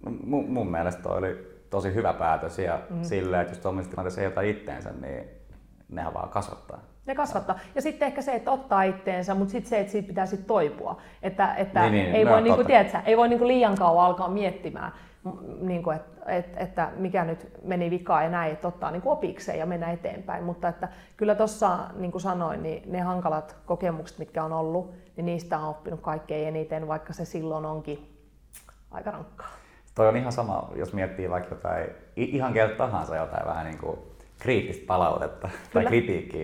A: Mun mielestä toi oli tosi hyvä päätös ja silleen, että jos tuollaisessa tilanteessa ei ota itteensä, niin nehän vaan kasvattaa.
B: Ne kasvattaa. Ja sitten ehkä se, että ottaa itteensä, mutta sitten se, että siitä pitää sitten toipua. Että ei voi, niin kuin, tiedätkö, ei voi niin kuin liian kauan alkaa miettimään, niin kuin, että mikä nyt meni vikaan ja näin, että ottaa niin kuin opikseen ja mennä eteenpäin. Mutta että kyllä tuossa, niin kuin sanoin, niin ne hankalat kokemukset, mitkä on ollut, niin niistä on oppinut kaikkein eniten, vaikka se silloin onkin aika rankkaa.
A: Toi on ihan sama, jos miettii vaikka jotain, ihan keltä tahansa jotain vähän niin kuin kriittistä palautetta tai kritiikkiä,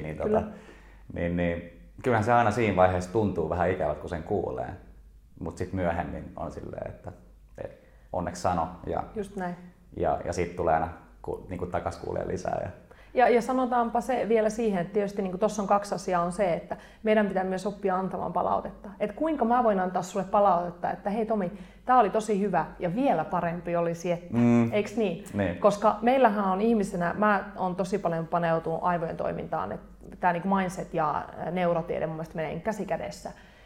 A: niin kyllähän se aina siinä vaiheessa tuntuu vähän ikävät, kun sen kuulee. Mutta sitten myöhemmin on silleen, että onneksi sano
B: just näin.
A: Ja sitten tulee aina niin takas kuulee lisää.
B: Ja sanotaanpa se vielä siihen, että tietysti niin tuossa on 2 asiaa on se, että meidän pitää myös oppia antamaan palautetta. Että kuinka mä voin antaa sulle palautetta, että hei Tomi, tää oli tosi hyvä ja vielä parempi olisi, että eiks niin? Koska meillähän on ihmisenä, mä oon tosi paljon paneutunut aivojen toimintaan, että tää niin mindset ja neurotiede mun mielestä menee käsi kädessä.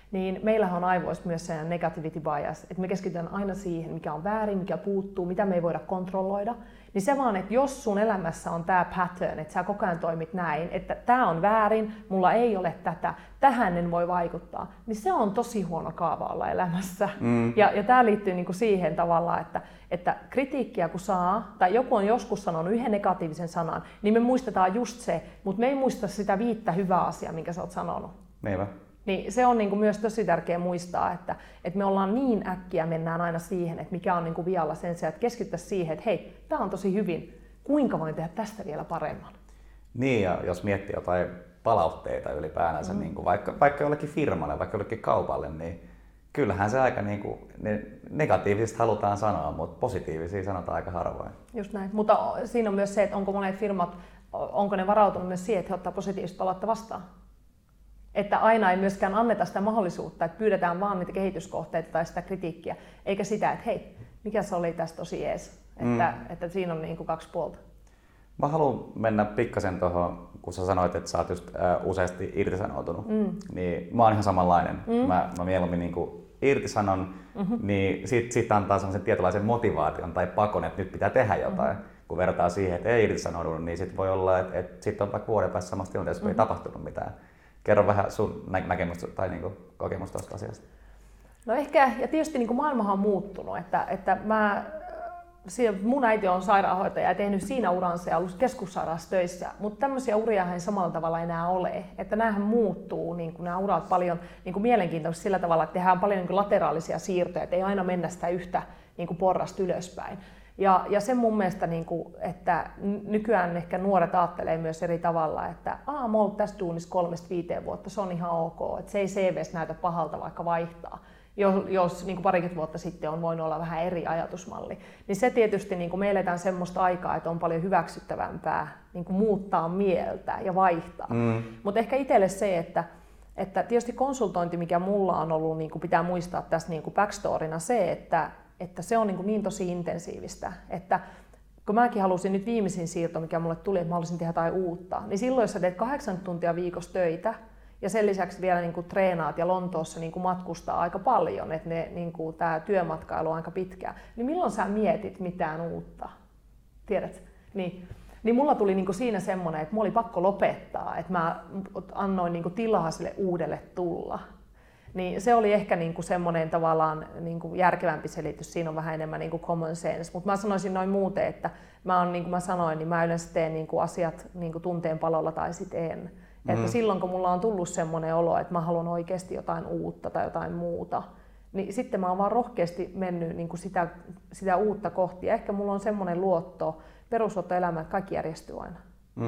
B: niin meillähän on aivoissa myös se negativity bias, että me keskitytään aina siihen, mikä on väärin, mikä puuttuu, mitä me ei voida kontrolloida. Niin se vaan, että jos sun elämässä on tämä pattern, että sä koko ajan toimit näin, että tämä on väärin, mulla ei ole tätä, tähän en voi vaikuttaa, niin se on tosi huono kaava olla elämässä. Ja tämä liittyy niinku siihen tavallaan, että kritiikkiä kun saa, tai joku on joskus sanonut yhden negatiivisen sanan, niin me muistetaan just se, mutta me ei muista sitä 5 hyvää asiaa, minkä sä oot sanonut.
A: Meivä.
B: Niin se on niinku myös tosi tärkeää muistaa, että me ollaan niin äkkiä mennään aina siihen, että mikä on niinku vialla sen sijaan, että keskittäisiin siihen, että hei, tämä on tosi hyvin, kuinka voin tehdä tästä vielä paremman.
A: Niin, ja jos miettii jotain palautteita ylipäänsä, niin kuin vaikka jollekin firmalle, vaikka jollekin kaupalle, niin kyllähän se aika niin kuin, ne negatiivisesti halutaan sanoa, mutta positiivisia sanotaan aika harvoin.
B: Just näin, mutta siinä on myös se, että onko monet firmat, onko ne varautunut myös siihen, että he ottaa positiivista palautta vastaan. Että aina ei myöskään anneta sitä mahdollisuutta, että pyydetään vaan niitä kehityskohteita tai sitä kritiikkiä, eikä sitä, että hei, mikä se oli tässä tosi jees, että siinä on niin kuin 2 puolta.
A: Mä haluan mennä pikkasen tuohon, kun sä sanoit, että sä oot just useasti irtisanoutunut, niin mä oon ihan samanlainen. Mä mieluummin niin kuin irtisanon, niin sit antaa sellaisen tietynlaisen motivaation tai pakon, että nyt pitää tehdä jotain. Kun vertaa siihen, että ei irtisanoudu, niin sit voi olla, että sit on vaikka vuoden päässä samassa tilanteessa, kun ei tapahtunut mitään. Kerro vähän sun näkemystä tai niinku kokemusta tuosta asiasta.
B: No ehkä, ja tietysti niin kuin maailmahan on muuttunut, että mun äiti on sairaanhoitaja ja tehnyt siinä uransa ja ollut keskussairaalassa töissä, mutta tämmöisiä uria ei samalla tavalla enää ole. Että näähän muuttuu, niin kuin nämä urat paljon niin kuin mielenkiintoisesti sillä tavalla, että tehdään paljon niin kuin lateraalisia siirtoja, että ei aina mennä sitä yhtä niin kuin porrasta ylöspäin. Ja se mun mielestä, että nykyään ehkä nuoret ajattelee myös eri tavalla, että mä oon ollut tässä duunissa 3-5 vuotta, se on ihan ok, että se ei CV:ssä näytä pahalta vaikka vaihtaa. Jos niin kuin parikymmentä vuotta sitten on voinut olla vähän eri ajatusmalli, niin se tietysti niin kuin me eletään semmoista aikaa, että on paljon hyväksyttävämpää niin kuin muuttaa mieltä ja vaihtaa. Mutta ehkä itselle se, että tietysti konsultointi, mikä mulla on ollut, niin kuin pitää muistaa tässä niin kuin backstorina se, että se on niin tosi intensiivistä, että kun mäkin halusin nyt viimeisin siirto, mikä mulle tuli, että mä haluaisin tehdä jotain uutta, niin silloin jos sä teet 8 tuntia viikossa töitä ja sen lisäksi vielä niin kuin treenaat ja Lontoossa niin kuin matkustaa aika paljon, että niin kuin tämä työmatkailu on aika pitkää, niin milloin sä mietit mitään uutta? Tiedät? Niin mulla tuli niin kuin siinä semmoinen, että mulla oli pakko lopettaa, että mä annoin niin kuin tilaa sille uudelle tulla. Niin se oli ehkä niinku semmoinen tavallaan niinku järkevämpi selitys, siinä on vähän enemmän niinku common sense, mutta mä sanoisin noin muuten, että mä on, niin kuin mä sanoin, niin mä yleensä teen niinku asiat niinku tunteen palolla tai sit en. Että silloin kun mulla on tullut semmoinen olo, että mä haluan oikeasti jotain uutta tai jotain muuta, niin sitten mä oon vaan rohkeasti mennyt niinku sitä uutta kohti. Ja ehkä mulla on semmoinen perusluotto elämään, että kaikki järjestyy aina.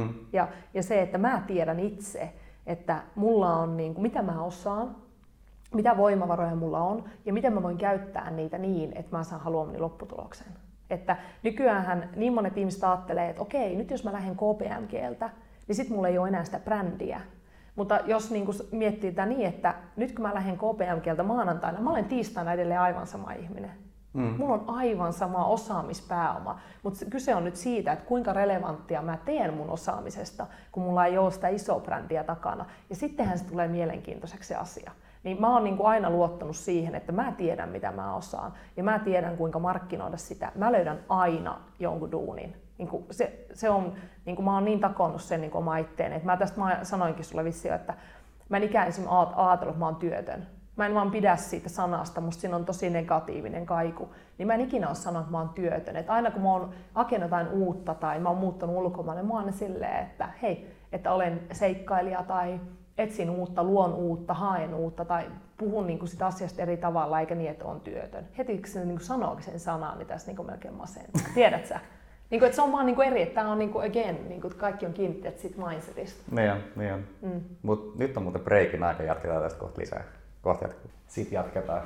B: Ja se, että mä tiedän itse, että mulla on niinku, mitä mä osaan, mitä voimavaroja mulla on ja miten mä voin käyttää niitä niin, että mä saan haluamani lopputuloksen. Että nykyäänhän niin monet ihmiset ajattelee, että okei, nyt jos mä lähden KPMG:ltä, niin sit mulla ei ole enää sitä brändiä. Mutta jos niin miettii tätä niin, että nyt kun mä lähden KPMG:ltä maanantaina, mä olen tiistaina edelleen aivan sama ihminen. Mulla on aivan sama osaamispääoma, mutta kyse on nyt siitä, että kuinka relevanttia mä teen mun osaamisesta, kun mulla ei ole sitä isoa brändiä takana. Ja sittenhän se tulee mielenkiintoiseksi se asia. Niin mä oon niin kuin aina luottanut siihen, että mä tiedän mitä mä osaan ja mä tiedän kuinka markkinoida sitä. Mä löydän aina jonkun duunin. Niin kuin se on, niin kuin mä oon niin takonnut sen niin kuin oma itteeni. Että mä sanoinkin sulle vissiin, että mä en ikään ajatellut, että mä oon työtön. Mä en vaan pidä siitä sanasta, musta siinä on tosi negatiivinen kaiku. Niin mä en ikinä ole sanonut, että mä oon työtön. Että aina kun mä oon hakenut jotain uutta tai mä oon muuttanut ulkomaille, mä oon silleen, että hei, että olen seikkailija tai etsin uutta, luon uutta, haen uutta tai puhun niin kuin sitä asiasta eri tavalla eikä niin, että on työtön. Heti kun se niin kuin sanoo sen sanan, niin tässä niin kuin melkein masentaa. Tiedät sä? Niin kuin, että se on vaan niin kuin eri, että tämä on niin kuin again, niin kuin kaikki on kiinni siitä mindsetista.
A: Niin on. Mut nyt on muuten breikin aika, jatketaan tästä kohta lisää. Kohta jatkuu. Sitten jatketaan.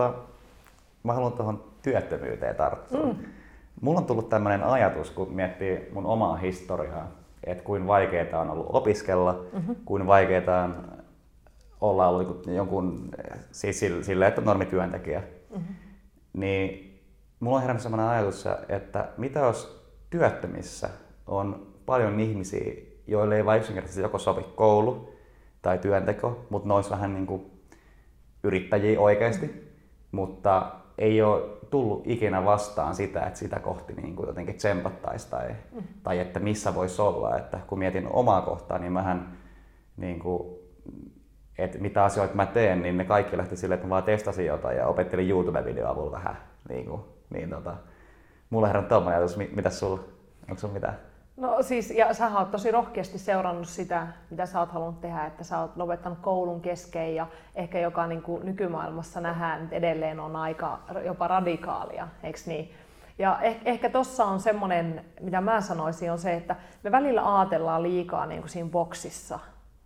A: Mä haluan tuohon työttömyyteen tarttua. Mulla on tullut tämmöinen ajatus, kun miettii mun omaa historiaa, että kuin vaikeaa on ollut opiskella, kuin vaikeaa on olla ollut jonkun, siis silleen, että on normityöntekijä. Niin mulla on herännyt sellainen ajatus, että mitä jos työttömissä on paljon ihmisiä, joille ei vain yksinkertaisesti joko sovi koulu tai työnteko, mutta ne olisi vähän niin kuin yrittäjiä oikeasti, mutta ei ole tullut ikinä vastaan sitä, että sitä kohti niin kuin jotenkin tsempattaisi tai että missä voisi olla. Että kun mietin omaa kohtaa, niin mähän, niin kuin, että mitä asioita mä teen, niin ne kaikki lähti silleen, että mä vaan testasin jotain ja opettelin YouTube-videon avulla vähän. Mulla herran tommoinen ajatus, mitäs sulla? Onko sulla mitään?
B: No siis, ja sä oot tosi rohkeasti seurannut sitä, mitä sä oot halunnut tehdä, että sä oot lopettanut koulun kesken ja ehkä joka niin kuin nykymaailmassa nähdään, että edelleen on aika jopa radikaalia, eikö niin? Ja ehkä tossa on semmoinen, mitä mä sanoisin, on se, että me välillä ajatellaan liikaa niin kuin siinä boksissa.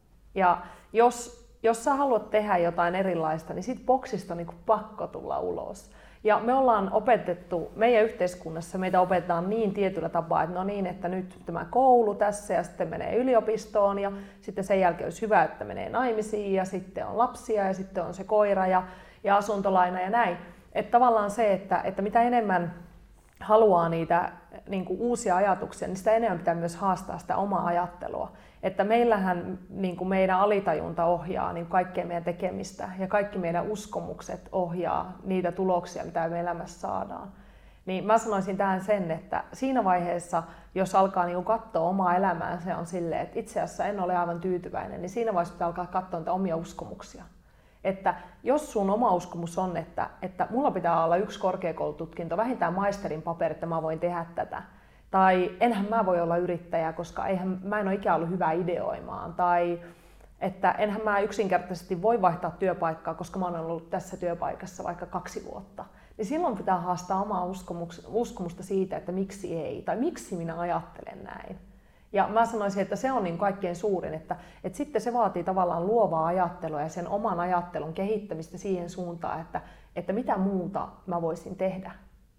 B: Ja jos sä haluat tehdä jotain erilaista, niin siitä boksista on niin kuin pakko tulla ulos. Ja me ollaan opetettu, meidän yhteiskunnassa meitä opetetaan niin tietyllä tapaa, että no niin, että nyt tämä koulu tässä ja sitten menee yliopistoon ja sitten sen jälkeen olisi hyvä, että menee naimisiin ja sitten on lapsia ja sitten on se koira ja asuntolaina ja näin. Että tavallaan se, että mitä enemmän haluaa niitä niin kuin uusia ajatuksia, niin sitä enemmän pitää myös haastaa sitä omaa ajattelua. Että meillähän niin kuin meidän alitajunta ohjaa niin kaikkea meidän tekemistä ja kaikki meidän uskomukset ohjaa niitä tuloksia, mitä me elämässä saadaan. Niin mä sanoisin tähän sen, että siinä vaiheessa, jos alkaa niin kuin katsoa omaa elämää, se on silleen, että itse asiassa en ole aivan tyytyväinen, niin siinä vaiheessa pitää alkaa katsoa niitä omia uskomuksia. Että jos sun oma uskomus on, että mulla pitää olla 1 korkeakoulututkinto, vähintään maisterin paperi, että mä voin tehdä tätä. Tai enhän mä voi olla yrittäjä, koska mä en ole ikään ollut hyvä ideoimaan. Tai että enhän mä yksinkertaisesti voi vaihtaa työpaikkaa, koska mä oon ollut tässä työpaikassa vaikka 2 vuotta. Niin silloin pitää haastaa omaa uskomusta siitä, että miksi ei, tai miksi minä ajattelen näin. Ja mä sanoisin, että se on niin kaikkein suurin, että sitten se vaatii tavallaan luovaa ajattelua ja sen oman ajattelun kehittämistä siihen suuntaan, että mitä muuta mä voisin tehdä.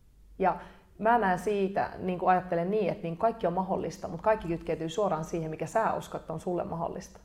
B: Ja mä näen siitä, niin kuin ajattelen niin, että niin kaikki on mahdollista, mutta kaikki kytkeytyy suoraan siihen, mikä sä uskot on sulle mahdollista.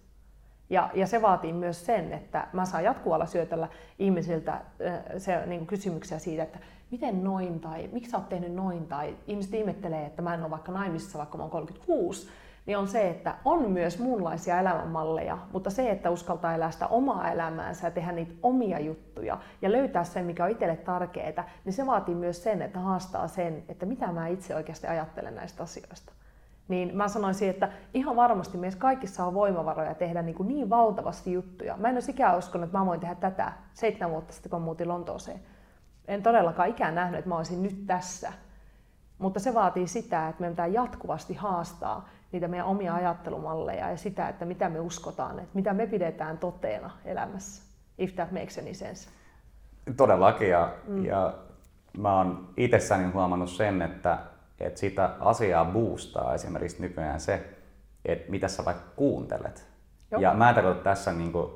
B: Ja se vaatii myös sen, että mä saan jatkuvalla syötellä ihmisiltä niin kuin kysymyksiä siitä, että miten noin tai miksi sä oot tehnyt noin tai ihmiset ihmettelee, että mä en ole vaikka naimisissa, vaikka mä oon 36, niin on se, että on myös muunlaisia elämänmalleja, mutta se, että uskaltaa elää sitä omaa elämäänsä ja tehdä niitä omia juttuja ja löytää sen, mikä on itselle tärkeää, niin se vaatii myös sen, että haastaa sen, että mitä mä itse oikeasti ajattelen näistä asioista. Niin mä sanoisin, että ihan varmasti meissä kaikissa on voimavaroja tehdä niin valtavasti juttuja. Mä en olisi ikään uskonut, että mä voin tehdä tätä 7 vuotta sitten, kun muutin Lontooseen. En todellakaan ikään nähnyt, että mä olisin nyt tässä. Mutta se vaatii sitä, että meidän pitää jatkuvasti haastaa niitä meidän omia ajattelumalleja ja sitä, että mitä me uskotaan, että mitä me pidetään toteena elämässä. If that makes any sense.
A: Todellakin. Ja mä oon itsessäni huomannut sen, että sitä asiaa boostaa esimerkiksi nykyään se, että mitä sä vaikka kuuntelet. Joo. Ja mä en tarkoita tässä, niin kuin,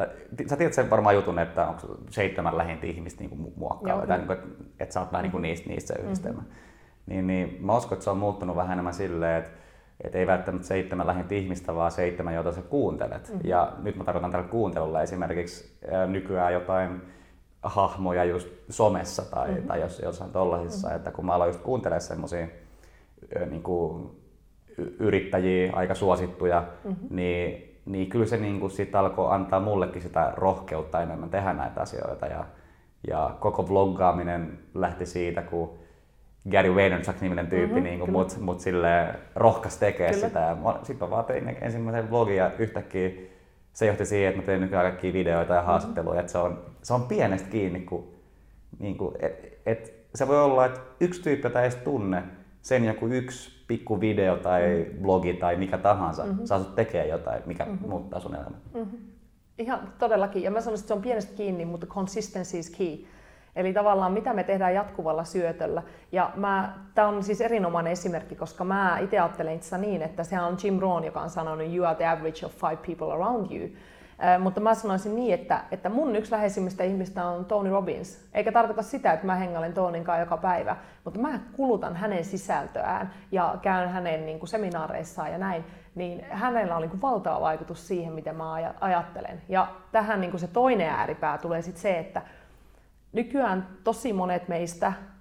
A: sä tiedät sen varmaan jutun, että onko 7 lähintä ihmistä niin muokkaa, että sä oot vähän niin niistä se yhdistelmä. Niin mä uskon, että se on muuttunut vähän enemmän silleen, että ei välttämättä 7 lähintä ihmistä, vaan 7, joita sä kuuntelet. Ja nyt mä tarkoitan tällä kuuntelulla esimerkiksi nykyään jotain hahmoja just somessa tai jossain tollasissa, että kun mä aloin just kuuntelemaan semmosia niin kuin yrittäjiä, aika suosittuja, niin kyllä se niin kuin sit alkoi antaa mullekin sitä rohkeutta enemmän tehdä näitä asioita. Ja koko vloggaaminen lähti siitä, kun Gary Vaynerchuk-niminen tyyppi niin mut silleen rohkas tekee sitä. Ja sitten mä vaan tein ensimmäisen vlogin ja yhtäkkiä se johti siihen, että mä tein nykyään kaikkia videoita ja haastatteluja. Että se on pienestä kiinni, että se voi olla, että yksi tyyppi, jota ei edes tunne, sen joku yksi pikku video tai blogi tai mikä tahansa, saa sut tekee jotain, mikä muuttaa sun elämän.
B: Ihan todellakin. Ja mä sanoisin, että se on pienestä kiinni, mutta consistency is key. Eli tavallaan mitä me tehdään jatkuvalla syötöllä. Ja tämä on siis erinomainen esimerkki, koska mä itse ajattelen itse niin, että se on Jim Rohn, joka on sanonut you are the average of 5 people around you. Mutta mä sanoisin niin, että mun yksi läheisimmistä ihmistä on Tony Robbins. Eikä tarkoita sitä, että mä hengailen Tonin kanssa joka päivä, mutta mä kulutan hänen sisältöään ja käyn hänen niin kuin seminaareissaan ja näin. Niin hänellä on niin kuin valtava vaikutus siihen, miten mä ajattelen. Ja tähän niin kuin se toinen ääripää tulee sitten se, että nykyään tosi monet meistä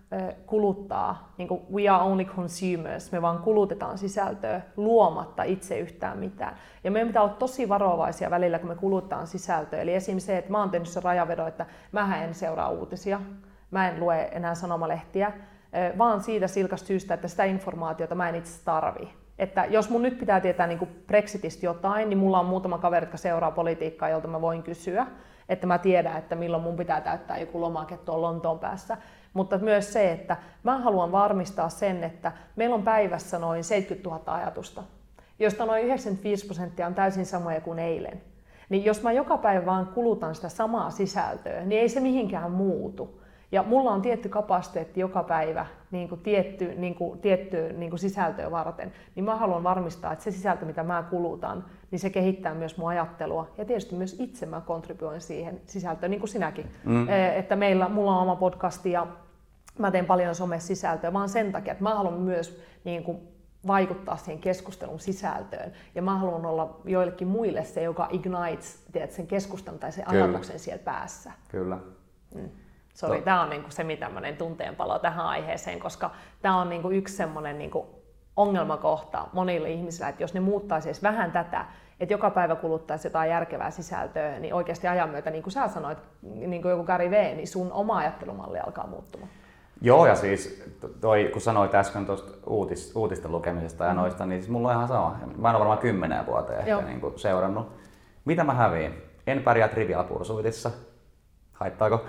B: kuluttaa, niin kuin we are only consumers, me vaan kulutetaan sisältöä luomatta itse yhtään mitään. Ja meidän pitää olla tosi varovaisia välillä, kun me kulutetaan sisältöä. Eli esimerkiksi se, että mä oon tehnyt sen rajavedon, että mä en seuraa uutisia, mä en lue enää sanomalehtiä, vaan siitä silkasta syystä, että sitä informaatiota mä en itse tarvii. Että jos mun nyt pitää tietää niin kuin Brexitistä jotain, niin mulla on muutama kaveri, jotka seuraa politiikkaa, jolta mä voin kysyä, että mä tiedän, että milloin mun pitää täyttää joku lomake tuolla Lontoon päässä. Mutta myös se, että mä haluan varmistaa sen, että meillä on päivässä noin 70 000 ajatusta, joista noin 95% on täysin samoja kuin eilen. Niin jos mä joka päivä vaan kulutan sitä samaa sisältöä, niin ei se mihinkään muutu. Ja mulla on tietty kapasiteetti joka päivä niin kuin tiettyä sisältöä varten, niin mä haluan varmistaa, että se sisältö, mitä mä kulutan, niin se kehittää myös mun ajattelua. Ja tietysti myös itse mä kontribuoin siihen sisältöön, niin kuin sinäkin. Että mulla on oma podcasti ja mä teen paljon somesisältöä, vaan sen takia, että mä haluan myös niin kuin vaikuttaa siihen keskustelun sisältöön. Ja mä haluan olla joillekin muille se, joka ignites sen keskustelun tai sen ajatuksen siellä päässä.
A: Kyllä.
B: Sori, tämä on niinku se, mitä mä tunteenpalo tähän aiheeseen, koska tämä on niinku yksi semmoinen niinku ongelmakohta monille ihmisille, että jos ne muuttaisi edes vähän tätä, että joka päivä kuluttaisi jotain järkevää sisältöä, niin oikeasti ajan myötä, niin kuin sä sanoit, niin kuin joku Gary V, niin sun oma ajattelumalli alkaa muuttumaan.
A: Joo, ja siis kun sanoit äsken tuosta uutisten lukemisesta ja noista, niin siis mulla on ihan sama. Mä en ole varmaan 10 vuoteen ehkä niin kuin seurannut. Mitä mä häviin? En pärjää Trivial Pursuitissa. Haittaako?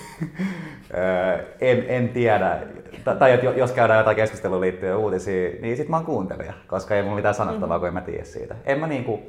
A: en tiedä. Tai jos käydään jotain keskustelua liittyen uutisiin, niin sit mä oon kuuntelija, koska ei mulla mitään sanottavaa, kun en mä tiedä siitä. En mä niinku,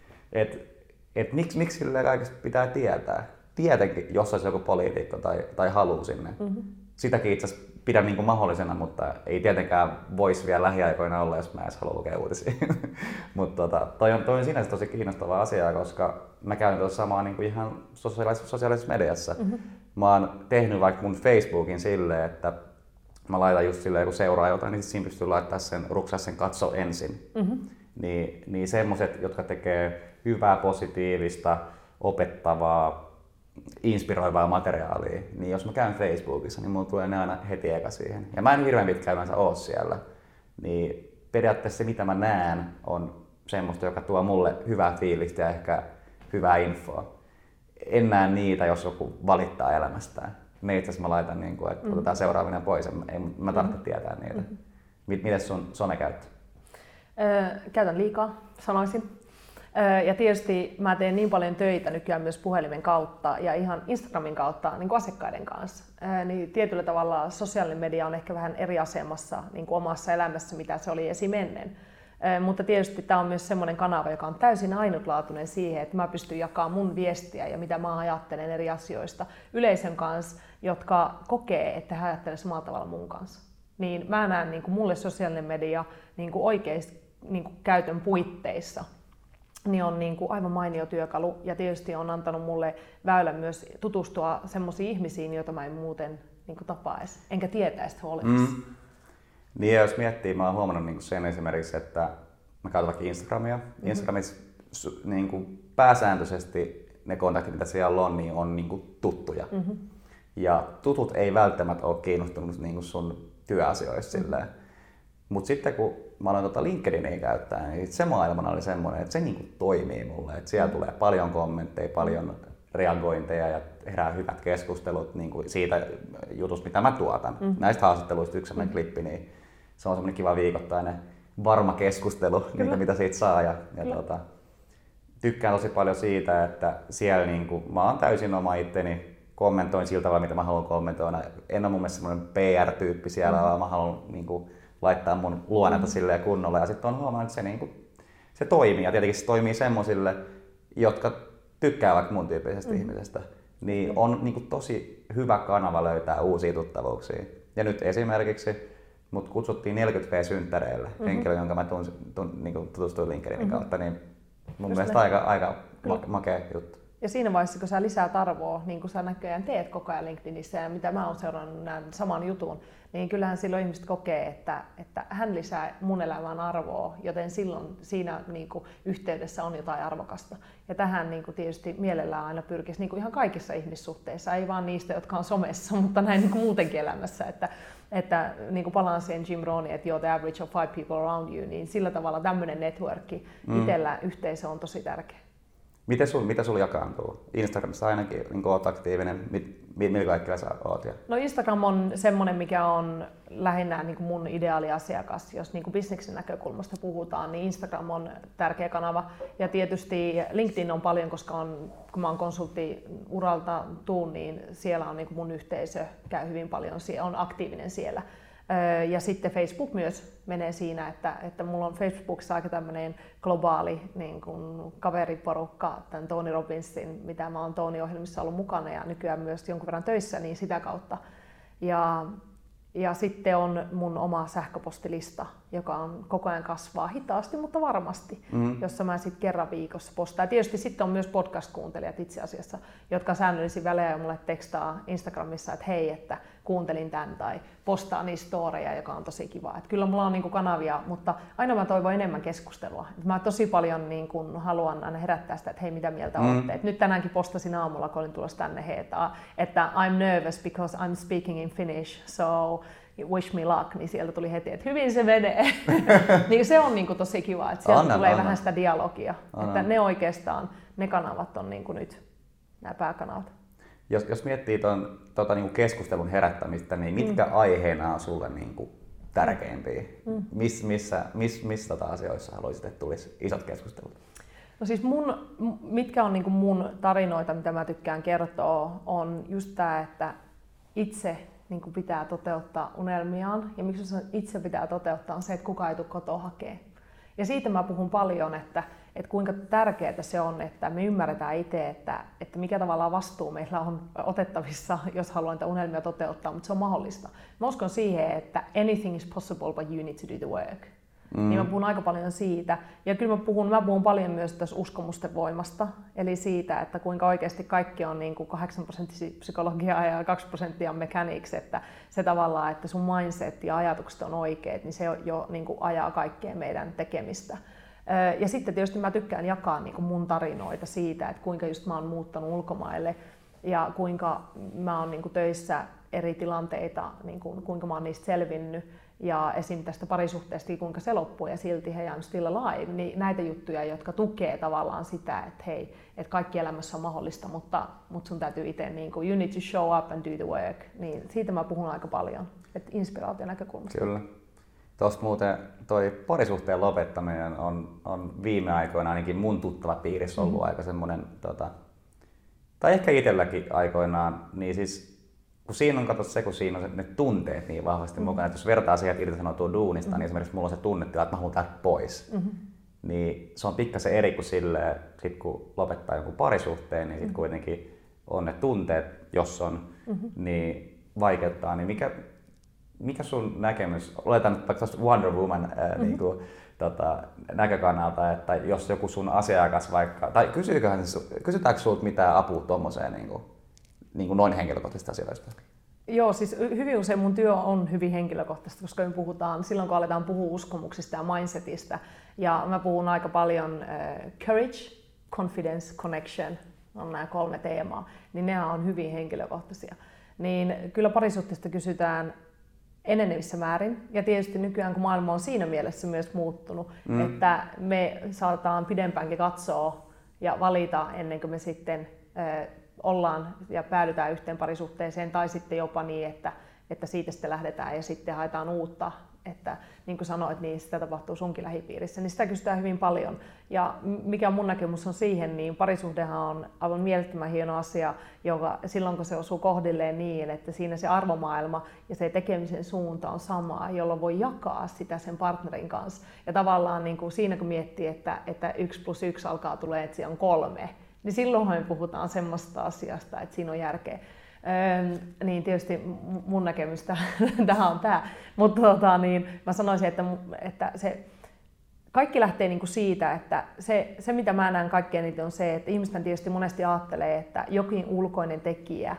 A: miksi silleen kaikesta pitää tietää? Tietenkin, jos olisi joku poliitikko tai haluu sinne. Sitäkin itse asiassa pidän niinku mahdollisena, mutta ei tietenkään voisi vielä lähiaikoina olla, jos mä edes halua lukea uutisia. Mutta toi on sinänsä tosi kiinnostava asia, koska mä käyn tuossa samaa niinku ihan sosiaalisessa mediassa. Mä oon tehnyt vaikka mun Facebookin silleen, että mä laitan just silleen, kun seuraa jotain, niin siinä pystyy laittaa sen ruksasen katso ensin. Niin semmoset, jotka tekee hyvää, positiivista, opettavaa, inspiroivaa materiaalia, niin jos mä käyn Facebookissa, niin mulla tulee ne aina heti eka siihen. Ja mä en hirveän pitkään yleensä oo siellä. Niin periaatteessa se, mitä mä näen, on semmoista, joka tuo mulle hyvää fiilistä ja ehkä hyvää infoa. En näe niitä, jos joku valittaa elämästään. Ne itse asiassa mä laitan, niin kuin, että otetaan seuraaminen pois. Mä tarvitse tietää niitä. Miten sun somekäyttö?
B: Käytän liikaa, sanoisin. Ja tietysti mä teen niin paljon töitä nykyään myös puhelimen kautta ja ihan Instagramin kautta niin kuin asiakkaiden kanssa. Niin tietyllä tavalla sosiaalinen media on ehkä vähän eri asemassa niin kuin omassa elämässä, mitä se oli esimennen. Mutta tietysti tämä on myös semmoinen kanava, joka on täysin ainutlaatuinen siihen, että mä pystyn jakamaan mun viestiä ja mitä mä ajattelen eri asioista yleisön kanssa, jotka kokee, että he ajattelevat samalla tavalla mun kanssa. Niin mä näen niin kuin mulle sosiaalinen media niin kuin oikeasti niin kuin käytön puitteissa niin on niin kuin aivan mainio työkalu ja tietysti on antanut mulle väylän myös tutustua semmoisiin ihmisiin, joita mä en muuten niin kuin tapaisi, enkä tietäisi, että he olisivat.
A: Niin ja jos miettii, mä oon huomannut niin kuin sen esimerkiksi, että mä käytän vaikka Instagramia. Instagramissa niin kuin pääsääntöisesti ne kontaktit, mitä siellä on, niin on niin kuin tuttuja. Ja tutut ei välttämättä ole kiinnostunut niin kuin sun työasioista silleen. Mutta sitten kun mä aloin LinkedInia käyttää, niin se maailma oli semmoinen, että se niin kuin toimii mulle. Että siellä tulee paljon kommentteja, paljon reagointeja ja herää hyvät keskustelut niin kuin siitä jutusta, mitä mä tuotan. Näistä haastatteluista yksi sellainen klippi, niin se on semmoinen kiva viikoittainen varma keskustelu, mitä siitä saa. Ja tykkään tosi paljon siitä, että siellä niin kuin, mä oon täysin oma itteni, kommentoin sillä tavalla, mitä mä haluan kommentoida. En ole mun mielestä semmoinen PR-tyyppi siellä, vaan mä haluan niin kuin, laittaa mun luonnetta silleen kunnolla. Ja sitten on huomannut, että se, niin kuin, se toimii. Ja tietenkin se toimii semmoisille, jotka tykkää vaikka mun tyyppisestä ihmisestä. Niin on niin kuin, tosi hyvä kanava löytää uusia tuttavuuksia. Ja nyt esimerkiksi mut kutsuttiin 40V-synttäreille, henkilö, jonka mä niin kuin, tutustuin LinkedInin kautta. Niin mun mielestä aika makea juttu.
B: Ja siinä vaiheessa, kun sä lisäät arvoa, niin kuin sä näköjään teet koko ajan LinkedInissä ja mitä mä oon seurannut näin saman jutun, niin kyllähän silloin ihmiset kokee, että hän lisää mun elämään arvoa, joten silloin siinä niin kuin yhteydessä on jotain arvokasta. Ja tähän niin kuin tietysti mielellään aina pyrkisi niin kuin ihan kaikissa ihmissuhteissa, ei vaan niistä, jotka on somessa, mutta näin niin kuin muutenkin elämässä. Että niin kuin palaan siihen Jim Rohniin, että you're the average of 5 people around you, niin sillä tavalla tämmöinen networkki itsellä yhteisö on tosi tärkeä.
A: Mitä sulla jakaantuu? Instagramissa ainakin niin oot aktiivinen. Millä kaikilla sä oot?
B: No Instagram on semmoinen, mikä on lähinnä niin kuin mun ideaaliasiakas. Jos niin kuin bisneksen näkökulmasta puhutaan, niin Instagram on tärkeä kanava. Ja tietysti LinkedIn on paljon, koska kun mä oon konsulttiuralta tuun, niin siellä on niin kuin mun yhteisö käy hyvin paljon, on aktiivinen siellä. Ja sitten Facebook myös menee siinä, että mulla on Facebookissa aika tämmöinen globaali niin kuin kaveriporukka, tämän Tony Robbinsin, mitä mä oon Tony-ohjelmissa ollut mukana ja nykyään myös jonkun verran töissä, niin sitä kautta. Ja sitten on mun oma sähköpostilista, joka on koko ajan kasvaa hitaasti, mutta varmasti, jossa mä sitten kerran viikossa postaan. Ja tietysti sitten on myös podcast-kuuntelijat itse asiassa, jotka säännöllisin välein mulle tekstaa Instagramissa, että hei, että kuuntelin tämän tai postaa niitä storeja, joka on tosi kiva. Että kyllä mulla on niinku kanavia, mutta aina mä toivon enemmän keskustelua. Et mä tosi paljon niinku haluan aina herättää sitä, että hei, mitä mieltä olette. Et nyt tänäänkin postasin aamulla, kun olin tulossa tänne, että I'm nervous because I'm speaking in Finnish, so wish me luck, niin sieltä tuli heti, että hyvin se menee. Niin se on niinku tosi kiva, että sieltä tulee vähän sitä dialogia. Että ne oikeastaan, ne kanavat on niinku nyt nämä pääkanavat.
A: Jos miettii niinku keskustelun herättämistä, niin mitkä aiheena on sulle niinku tärkeimpiä? Missä asioissa haluaisit, että tulisi isot keskustelut?
B: No siis mitkä on niinku mun tarinoita, mitä mä tykkään kertoa, on just tämä, että itse niin kuin pitää toteuttaa unelmiaan. Ja miksi itse pitää toteuttaa on se, että kukaan ei tule kotoa hakee. Ja siitä mä puhun paljon, että kuinka tärkeää se on, että me ymmärretään itse, että mikä tavallaan vastuu meillä on otettavissa, jos haluaa niitä unelmia toteuttaa, mutta se on mahdollista. Mä uskon siihen, että anything is possible, but you need to do the work. Niin mä puhun aika paljon siitä. Ja kyllä mä puhun paljon myös tässä uskomusten voimasta. Eli siitä, että kuinka oikeasti kaikki on niin kuin 8% psykologiaa ja 2% mechanics. Että se tavallaan, että sun mindset ja ajatukset on oikeat, niin se jo niin kuin ajaa kaikkea meidän tekemistä. Ja sitten tietysti mä tykkään jakaa niin kuin mun tarinoita siitä, että kuinka just mä oon muuttanut ulkomaille ja kuinka mä oon niin kuin töissä eri tilanteita, niin kuin, kuinka mä oon niistä selvinnyt. Ja esim. Tästä parisuhteesta, kuinka se loppuu ja silti he I'm still alive, niin näitä juttuja, jotka tukee tavallaan sitä, että hei, että kaikki elämässä on mahdollista, mutta sun täytyy itse, niin kuin, you need to show up and do the work, niin siitä mä puhun aika paljon, että inspiraation näkökulmasta.
A: Kyllä. Tuossa muuten toi parisuhteen lopettaminen on viime aikoina ainakin mun tuttava piirissä ollut aika semmoinen, tai ehkä itselläkin aikoinaan, niin siis kun siinä on ne tunteet niin vahvasti mukana, että jos vertaa siihen, että irtisanoutuu duunista, niin esimerkiksi mulla on se tunnetila, että mä haluan täältä pois. Niin se on pikkasen eri kuin silleen, sit kun lopettaa jonkun parisuhteen, niin sit kuitenkin on ne tunteet, jos on, niin vaikeuttaa. Niin mikä sun näkemys, oletan nyt vaikka Wonder Woman näkökannalta, että jos joku sun asiakas vaikka, tai kysytäänkö sulta mitään apua tuommoiseen niin kuin noin henkilökohtaisista asioista?
B: Joo, siis hyvin usein mun työ on hyvin henkilökohtaista, koska me puhutaan, silloin kun aletaan puhua uskomuksista ja mindsetistä, ja mä puhun aika paljon courage, confidence, connection, on nämä 3 teemaa, niin ne on hyvin henkilökohtaisia. Niin kyllä parisuhteesta kysytään enenevissä määrin, ja tietysti nykyään kun maailma on siinä mielessä myös muuttunut, että me saataan pidempäänkin katsoa ja valita ennen kuin me sitten ollaan ja päädytään yhteen parisuhteeseen tai sitten jopa niin, että siitä sitten lähdetään ja sitten haetaan uutta. Että niin kuin sanoit, niin sitä tapahtuu sunkin lähipiirissä, niin sitä kysytään hyvin paljon. Ja mikä mun näkemys on siihen, niin parisuhdehan on aivan mielettömän hieno asia, joka silloin kun se osuu kohdilleen niin, että siinä se arvomaailma ja se tekemisen suunta on sama, jolloin voi jakaa sitä sen partnerin kanssa. Ja tavallaan niin kuin siinä kun miettii, että 1+1 alkaa tulee, että siellä on 3, niin silloin me puhutaan semmoista asiasta, että siinä on järkeä. Niin tietysti mun näkemystä tähän on tämä, mutta niin mä sanoisin, että kaikki lähtee niin kuin siitä, että se mitä mä näen kaikkein eniten on se, että ihmisten tietysti monesti ajattelee, että jokin ulkoinen tekijä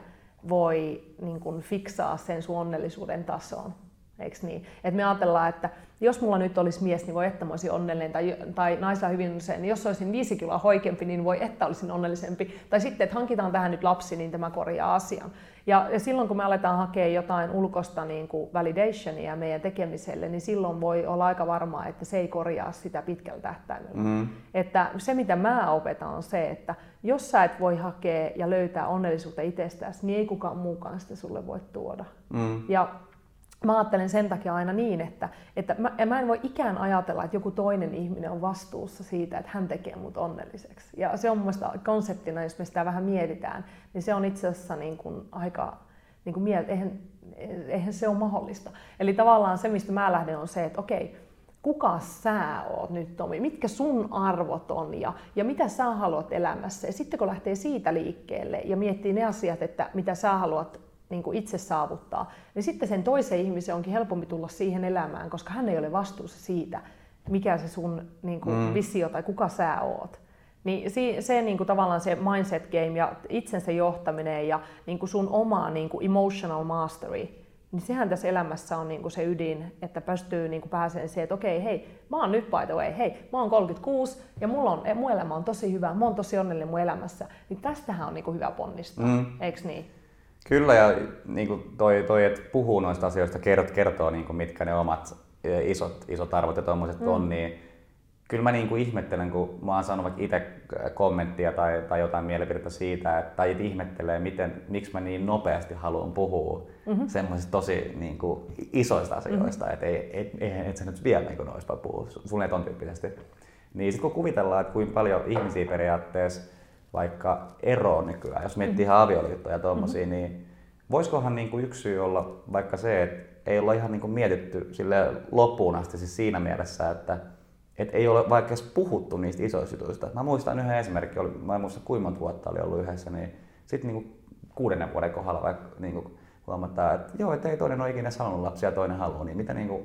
B: voi niin kuin fiksaa sen sun onnellisuuden tason. Eikö niin? Et me ajatellaan, että jos mulla nyt olisi mies, niin voi että mä olisin onnellinen, tai naisilla hyvin usein, niin jos olisin 5 kiloa hoikempi, niin voi että olisin onnellisempi. Tai sitten, että hankitaan tähän nyt lapsi, niin tämä korjaa asian. Ja silloin kun me aletaan hakea jotain ulkoista niin kuin validationia meidän tekemiselle, niin silloin voi olla aika varmaa, että se ei korjaa sitä pitkällä tähtäimellä. Että se mitä mä opetan on se, että jos sä et voi hakea ja löytää onnellisuutta itsestäsi, niin ei kukaan muukaan sitä sulle voi tuoda. Ja mä ajattelen sen takia aina niin, että mä en voi ikään ajatella, että joku toinen ihminen on vastuussa siitä, että hän tekee mut onnelliseksi. Ja se on mun mielestä konseptina, jos me sitä vähän mietitään, niin se on itse asiassa niin kuin aika, niin kuin eihän se ole mahdollista. Eli tavallaan se, mistä mä lähden, on se, että okei, kuka sä oot nyt, Tomi? Mitkä sun arvot on ja mitä sä haluat elämässä? Ja sitten kun lähtee siitä liikkeelle ja miettii ne asiat, että mitä sä haluat niin kuin itse saavuttaa, niin sitten sen toisen ihmisen onkin helpompi tulla siihen elämään, koska hän ei ole vastuussa siitä, mikä se sun niin kuin visio tai kuka sä oot. Niin se niin kuin tavallaan se mindset game ja itsensä johtaminen ja niin kuin sun oma niin kuin emotional mastery, niin sehän tässä elämässä on niin kuin se ydin, että pystyy niin kuin pääsemään siihen, että okei, hei, mä oon nyt by the way, hei, mä oon 36 ja mun elämä on tosi hyvä, mä oon tosi onnellinen mun elämässä, niin tästähän on niin kuin hyvä ponnistaa, eikö niin?
A: Kyllä, ja niin kuin toi, että puhuu noista asioista, kertoo niin kuin mitkä ne omat isot arvot ja tommoset on, niin kyllä mä niin kuin ihmettelen, kun mä oon saanut vaikka itse kommenttia tai jotain mielipidettä siitä, tai ihmettelee, miksi mä niin nopeasti haluan puhua semmoisista tosi niin kuin isoista asioista, että et sä nyt vielä niin noista puhua, sulle ton tyyppisesti. Niin sit kun kuvitellaan, että kuinka paljon ihmisiä periaatteessa vaikka eroon nykyään, jos miettii ihan avioliittoja ja tommosia, niin voisikohan niin kuin yksi syy olla vaikka se, että ei olla ihan niin kuin mietitty sille loppuun asti siis siinä mielessä, että ei ole vaikka edes puhuttu niistä isoista jutuista. Mä muistan yhden esimerkin, mä en muista kuinka monta vuotta oli ollut yhdessä, niin sitten niin 6. vuoden kohdalla vaikka niin huomataan, että joo, että ei toinen ole ikinä sanonut lapsia ja toinen haluaa, niin mitä niin kuin...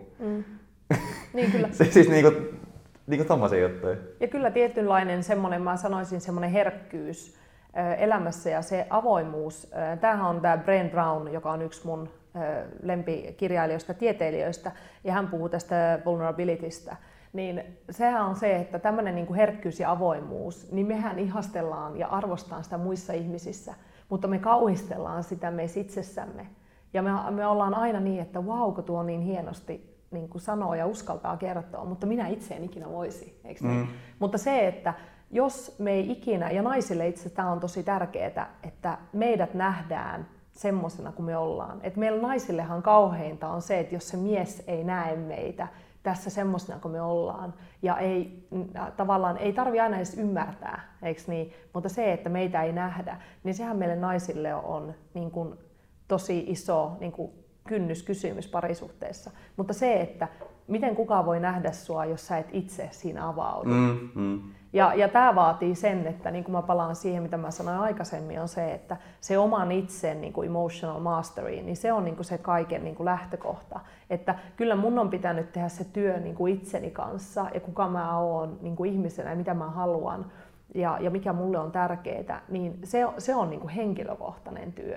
B: Niin kyllä.
A: siis niin kuin tommosia juttuja.
B: Ja kyllä tietynlainen semmoinen, mä sanoisin semmoinen herkkyys elämässä ja se avoimuus. Tämähän on tämä Brené Brown, joka on yksi mun lempikirjailijoista, tieteilijöistä, ja hän puhuu tästä vulnerabilitystä. Niin sehän on se, että tämmöinen niin kuin herkkyys ja avoimuus, niin mehän ihastellaan ja arvostetaan sitä muissa ihmisissä, mutta me kauhistellaan sitä meissä itsessämme. Ja me ollaan aina niin, että vau, kun tuo on niin hienosti niin kuin sanoo ja uskaltaa kertoa, mutta minä itse en ikinä voisi, eikö niin? Mutta se, että jos me ei ikinä, ja naisille itse tämä on tosi tärkeää, että meidät nähdään semmoisena kuin me ollaan. Että meillä naisillehan kauheinta on se, että jos se mies ei näe meitä tässä semmoisena kuin me ollaan, ja tavallaan ei tarvitse aina edes ymmärtää, eikö niin? Mutta se, että meitä ei nähdä, niin sehän meille naisille on niin kuin tosi iso niin kuin kynnyskysymys parisuhteessa. Mutta se, että miten kukaan voi nähdä sua, jos sä et itse siinä avaudu. Ja tämä vaatii sen, että niin kuin mä palaan siihen, mitä mä sanoin aikaisemmin, on se, että se oman itsen niin kuin emotional mastery, niin se on niin kuin se kaiken niin kuin lähtökohta. Että kyllä mun on pitänyt tehdä se työ niin kuin itseni kanssa ja kuka mä oon niin kuin ihmisenä ja mitä mä haluan ja mikä mulle on tärkeää, niin se on niin kuin henkilökohtainen työ.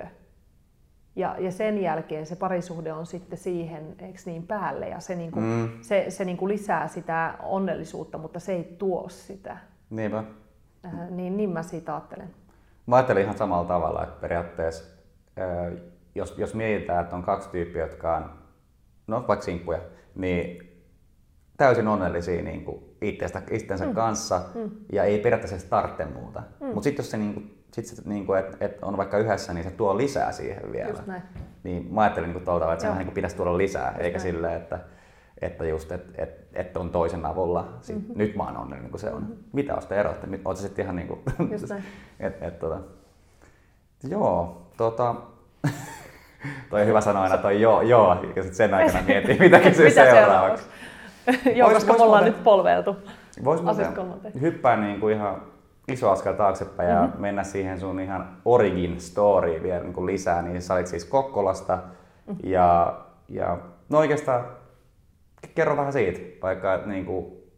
B: Ja sen jälkeen se parisuhde on sitten siihen, eikö niin, päälle ja se, niin kuin, se niin kuin lisää sitä onnellisuutta, mutta se ei tuo sitä.
A: Niinpä.
B: Niin mä siitä ajattelen.
A: Mä ajattelen ihan samalla tavalla, että periaatteessa jos mietitään, että on 2 tyyppiä, jotka on vaikka sinkkuja, niin täysin onnellisia niin kuin itsensä kanssa ja ei periaatteessa tarvitse muuta. Mutta sitten jos se että on vaikka yhdessä, niin se tuo lisää siihen vielä. Niin mä ajattelin niin tuolta, että sen niin pitäisi tuoda lisää, just eikä silleen, että just, että on toisen avulla. Nyt mä oon onnellinen, kun se on. Mitä on sitten ero? Oot se sitten ihan niin kuin... Joo, toi on hyvä sanoa aina toi joo, ja sitten sen aikana miettii, mitä kysyy seuraavaksi.
B: Joo, koska me ollaan nyt polveiltu.
A: Vois hyppää niin kuin ihan iso askel taaksepäin ja mennä siihen sun ihan origin storyin vielä niin kuin lisää. Niin sä olit siis Kokkolasta ja no oikeastaan kerro vähän siitä, vaikka niin kuin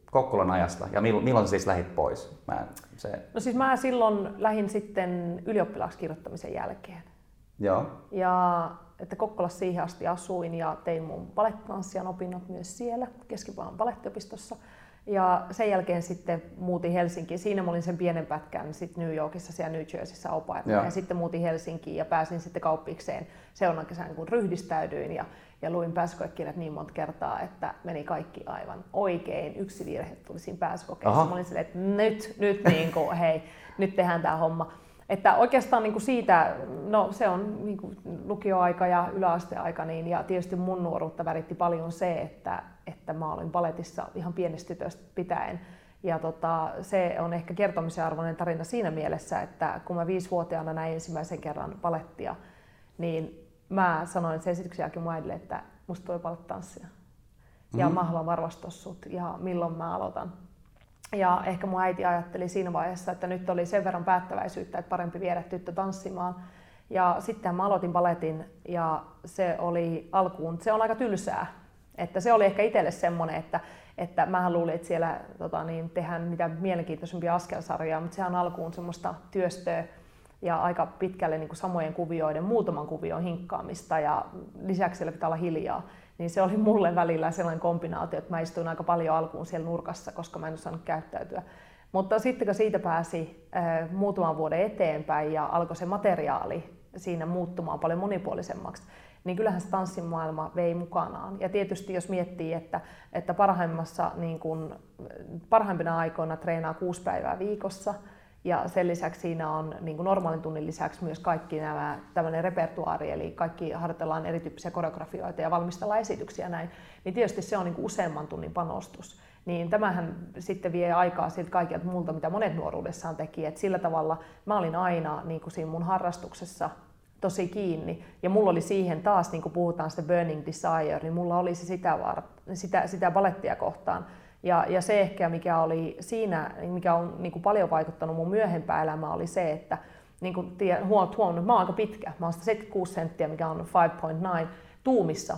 A: Kokkolan ajasta ja milloin sä siis lähdit pois?
B: No siis mä silloin lähdin sitten ylioppilaaksi kirjoittamisen jälkeen.
A: Joo.
B: Ja että Kokkolassa siihen asti asuin ja tein mun balettanssijan opinnot myös siellä Keski-Pohjan balettiopistossa. Ja sen jälkeen sitten muutin Helsinkiin. Siinä mä olin sen pienen pätkän sitten New Yorkissa siellä New Jerseyssä au pairina. Ja sitten muutin Helsinkiin ja pääsin sitten kauppikseen seuraavan kesän, kun ryhdistydyin ja luin pääsykoekirjat niin monta kertaa, että meni kaikki aivan oikein. Yksi virhe tuli siinä pääsykokeessa. Mä olin silleen, että nyt niin kuin, hei, nyt tehdään tää homma. Että oikeastaan niin kuin siitä, no se on niin kuin lukioaika ja yläasteaika, niin, ja tietysti mun nuoruutta väritti paljon se, että mä olin baletissa ihan pienestä tytöstä pitäen. Ja se on ehkä kertomisen arvoinen tarina siinä mielessä, että kun mä 5-vuotiaana näin ensimmäisen kerran balettia, niin mä sanoin sen esityksen jälkeen mun äidille, että musta tulee balettanssia. Ja mä haluan varastaa sut ja milloin mä aloitan. Ja ehkä mun äiti ajatteli siinä vaiheessa, että nyt oli sen verran päättäväisyyttä, että parempi viedä tyttö tanssimaan. Ja sitten mä aloitin baletin ja se oli alkuun, se on aika tylsää. Että se oli ehkä itselle semmoinen, että mähän luulin, että siellä tehdään mitä mielenkiintoisempia askelsarjoja, mutta sehän on alkuun semmoista työstöä ja aika pitkälle niin kuin samojen kuvioiden, muutaman kuvion hinkkaamista ja lisäksi siellä pitää olla hiljaa. Niin se oli mulle välillä sellainen kombinaatio, että mä istuin aika paljon alkuun siellä nurkassa, koska mä en osannut käyttäytyä. Mutta sitten kun siitä pääsi muutaman vuoden eteenpäin ja alkoi se materiaali siinä muuttumaan paljon monipuolisemmaksi, niin kyllähän se tanssimaailma vei mukanaan. Ja tietysti jos miettii, että parhaimpina aikoina treenaa 6 päivää viikossa, ja sen lisäksi siinä on niin kuin normaalin tunnin lisäksi myös kaikki nämä tämmöinen repertuaari, eli kaikki harjoitellaan erityyppisiä koreografioita ja valmistellaan esityksiä näin, niin tietysti se on niin kuin useamman tunnin panostus. Niin tämähän sitten vie aikaa siltä kaikilta muulta, mitä monet nuoruudessaan teki, että sillä tavalla mä olin aina niin kuin siinä mun harrastuksessa tosi kiinni, ja mulla oli siihen taas, niin kuin puhutaan sitä burning desire, niin mulla oli se sitä balettia kohtaan. Ja se ehkä, mikä oli siinä, mikä on niin kuin paljon vaikuttanut mun myöhempään elämään, oli se, että niin kuin huomannut, mä oon aika pitkä, mä oon 76 senttiä, mikä on 5.9 tuumissa.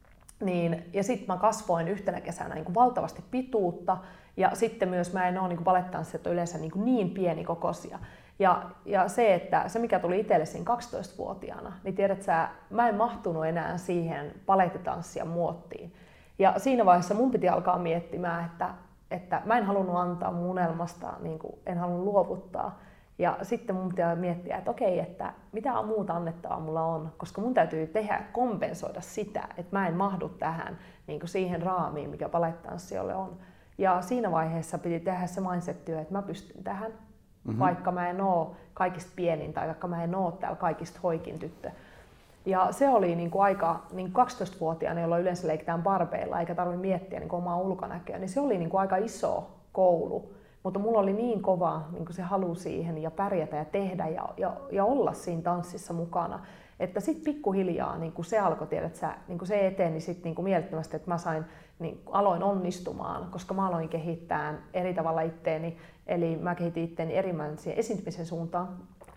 B: Ja sitten mä kasvoin yhtenä kesänä niin kuin valtavasti pituutta, ja sitten myös mä en ole niin kuin balettanssijat yleensä niin pienikokoisia. Ja se, mikä tuli itselle siinä 12-vuotiaana, niin tiedät sä, mä en mahtunut enää siihen balettitanssijan muottiin. Ja siinä vaiheessa mun piti alkaa miettimään, että mä en halunnut antaa mun unelmasta, niin kuin en halunnut luovuttaa. Ja sitten mun pitää miettiä, että okei, että mitä muuta annettavaa mulla on, koska mun täytyy kompensoida sitä, että mä en mahdu tähän niin kuin siihen raamiin, mikä balettanssijoille on. Ja siinä vaiheessa piti tehdä se mindset-työ, että mä pystyn tähän, vaikka mä en oo kaikista pienin tai vaikka mä en oo täällä kaikista hoikin tyttö. Ja se oli niin kuin aika, niin 12-vuotiaana, jolloin yleensä leikitään barbeilla eikä tarvitse miettiä niin kuin omaa ulkonäköä, niin se oli niin kuin aika iso koulu. Mutta mulla oli niin kova niin kuin se halu siihen ja pärjätä ja tehdä ja olla siinä tanssissa mukana, että sitten pikkuhiljaa niin kuin se alkoi, tiedät sä, niin kuin se eteni sitten niin kuin mielettömästi, että mä aloin onnistumaan, koska mä aloin kehittää eri tavalla itteeni, eli mä kehitin itteeni enemmän siihen esiintymisen suuntaan.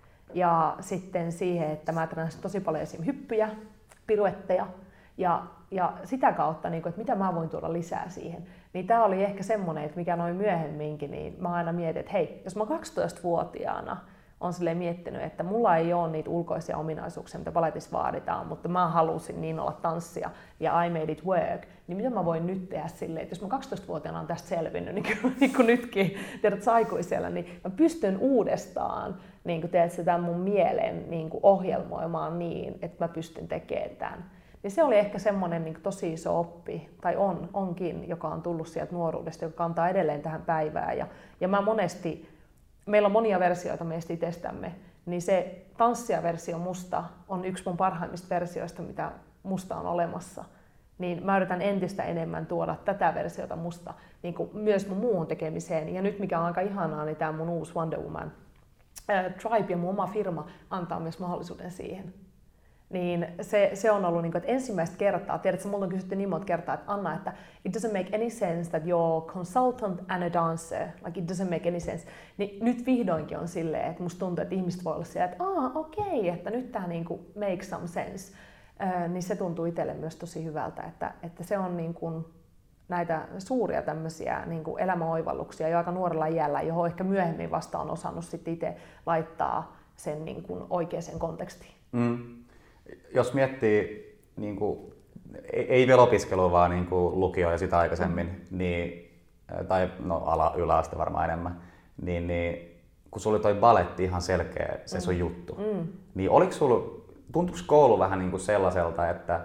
B: Ja sitten siihen, että mä treenasin tosi paljon esimerkiksi hyppyjä, piruetteja ja sitä kautta, että mitä mä voin tuoda lisää siihen. Niin tää oli ehkä semmoinen, että mikä noin myöhemminkin, niin mä aina mietin, että hei, jos mä 12-vuotiaana on silleen miettinyt, että mulla ei ole niitä ulkoisia ominaisuuksia, mitä baletissa vaaditaan, mutta mä halusin niin olla tanssia ja I made it work, niin mitä mä voin nyt tehdä silleen, että jos mä 12-vuotiaana on tästä selvinnyt, niin kuin nytkin, tiedät aikuisella, niin mä pystyn uudestaan niin kuin teet sitä mun mielen niin kuin ohjelmoimaan niin, että mä pystyn tekemään tämän. Niin se oli ehkä semmoinen niin kuin tosi iso oppi, tai onkin, joka on tullut sieltä nuoruudesta, joka kantaa edelleen tähän päivään. Ja mä meillä on monia versioita meistä itsestämme, niin se tanssijaversio musta on yksi mun parhaimmista versioista, mitä musta on olemassa. Niin mä yritän entistä enemmän tuoda tätä versiota musta niin kuin myös mun muuhun tekemiseen. Ja nyt mikä on aika ihanaa, niin tää mun uusi Wonder Woman Tribe ja mun oma firma antaa myös mahdollisuuden siihen. Niin se on ollut, että ensimmäistä kertaa, tiedätkö, multa on kysytty niin monta kertaa, että Anna, että it doesn't make any sense that you're consultant and a dancer, like it doesn't make any sense. Niin nyt vihdoinkin on silleen, että musta tuntuu, että ihmiset voi olla siellä, että okei, että nyt tää niinku make some sense. Niin se tuntuu itselle myös tosi hyvältä, että se on niin kuin näitä suuria tämmöisiä niin kuin elämänoivalluksia jo aika nuorella iällä, johon ehkä myöhemmin vasta on osannut sitten itse laittaa sen niin kuin oikeaan kontekstiin.
A: Jos miettii, niin kuin, ei vielä opiskelua, vaan niin kuin lukio ja sitä aikaisemmin, niin, tai no yläaste varmaan enemmän, niin kun sulla oli toi baletti ihan selkeä, se sun juttu, niin tuntuiko koulu vähän niin kuin sellaiselta, että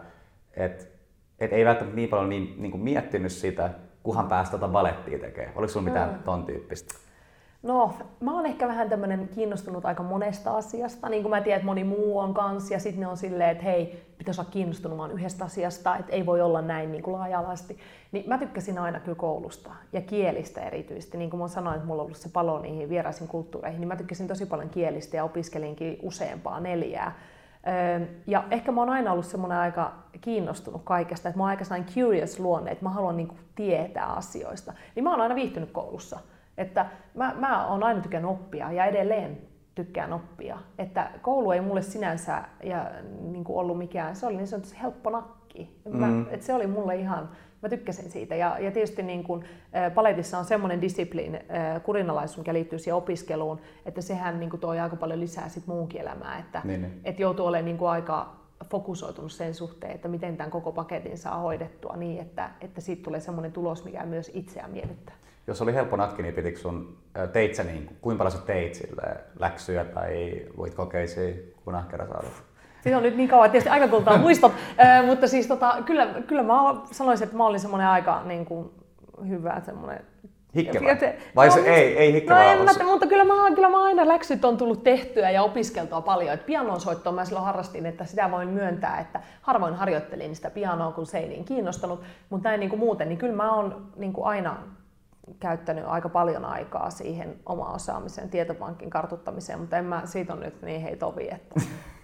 A: ei välttämättä niin paljon niin kuin miettinyt sitä, kunhan pääsi balettia tekemään? Oliko sulla mitään ton tyyppistä?
B: No, mä oon ehkä vähän tämmönen kiinnostunut aika monesta asiasta, niin kuin mä tiedän, että moni muu on kanssa, ja sitten ne on silleen, että hei, pitäisi olla kiinnostunut vaan yhdestä asiasta, että ei voi olla näin niin kuin laaja-alaisesti. Niin mä tykkäsin aina kyllä koulusta, ja kielistä erityisesti. Niin kuin mä sanoin, että mulla on ollut se palo niihin vieraisiin kulttuureihin, niin mä tykkäsin tosi paljon kielistä, ja opiskelinkin useampaa 4. Ja ehkä mä oon aina ollut semmoinen aika kiinnostunut kaikesta, että mä oon aika sellainen curious luonne, että mä haluan niin kuin tietää asioista. Niin mä oon aina viihtynyt koulussa. Että mä oon aina tykännyt oppia ja edelleen tykkään oppia. Että koulu ei mulle sinänsä niin kuin ollut mikään, se oli niin sanotusti helppo nakki. Että se oli mulle ihan, mä tykkäsin siitä. Ja tietysti niin kuin, baletissa on semmoinen discipliini, kurinalaisuus, mikä liittyy siihen opiskeluun, että sehän niin kuin toi aika paljon lisää sit muunkin elämää. Että joutuu olemaan niin kuin aika fokusoitunut sen suhteen, että miten tämän koko paketin saa hoidettua niin, että siitä tulee semmoinen tulos, mikä myös itseään miellyttää.
A: Jos oli helppo nakki, niin pitikö sun kuinka paljon sä teit sille läksyjä tai luit kokeisia, kun ahkera saadut?
B: Siitä on nyt niin kauan, tietysti aika kultaa muistot, mutta siis kyllä mä sanoisin, että mä olin semmoinen aika niin kuin, hyvä semmoinen.
A: Hikkevä? Vai no, ei hikkevä ollut?
B: Mutta kyllä mä aina läksyt on tullut tehtyä ja opiskeltua paljon. Et pianon soittoa mä silloin harrastin, että sitä voin myöntää, että harvoin harjoittelin sitä pianoa, kun se ei niin kiinnostanut. Mutta näin niin kuin muuten, niin kyllä mä oon niin kuin aina käyttänyt aika paljon aikaa siihen omaan osaamiseen, tietopankin kartuttamiseen, mutta siitä on nyt niin tovi, että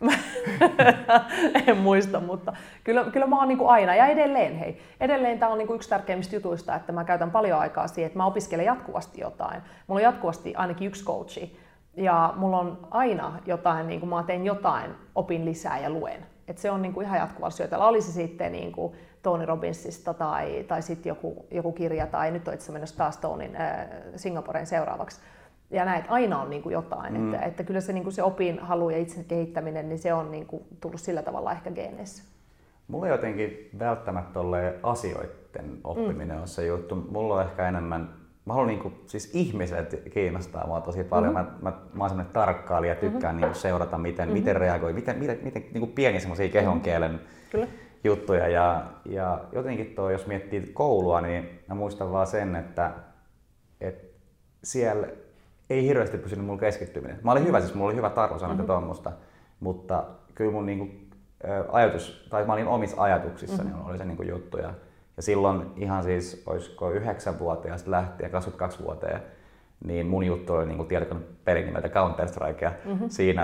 B: en muista, mutta kyllä mä oon niin kuin aina ja edelleen tämä on niin kuin yksi tärkeimmistä jutuista, että mä käytän paljon aikaa siihen, että mä opiskelen jatkuvasti jotain. Mulla on jatkuvasti ainakin yksi coachi ja mulla on aina jotain, niin kuin mä teen jotain, opin lisää ja luen. Et se on niin kuin ihan jatkuvalla syötöllä. Oli se sitten niin kuin Tony Robbinsista tai sitten joku kirja, tai nyt on itse menossa taas Tonin Singaporeen seuraavaksi. Ja näet, aina on niin kuin jotain. Että kyllä se, niin kuin se opin halu ja itse kehittäminen, niin se on niin kuin tullut sillä tavalla ehkä geeneissä.
A: Mulla ei jotenkin välttämättä ole asioiden oppiminen on se juttu. Mulla on ehkä enemmän, mä haluan niin kuin, siis ihmiset kiinnostaa mua tosi paljon. Mä oon semmoinen tarkkailija, tykkään niin kuin seurata, miten reagoi, miten niin kuin pieniä semmoisia kehonkielen juttuja. Ja jotenkin jos miettii koulua, niin mä muistan vaan sen, että siellä ei hirveästi pysynyt mulla keskittyminen. Mä olin hyvä, siis mulla oli hyvä arvosanat ja tommoista, mutta kyllä mun niinku, mä olin omissa ajatuksissani, oli se niinku juttu. Ja silloin ihan siis, olisiko 9-vuotiaasta lähtien, 22-vuoteen, niin mun juttu oli niinku tietokonepeli nimeltä Counter-Strike. Ja siinä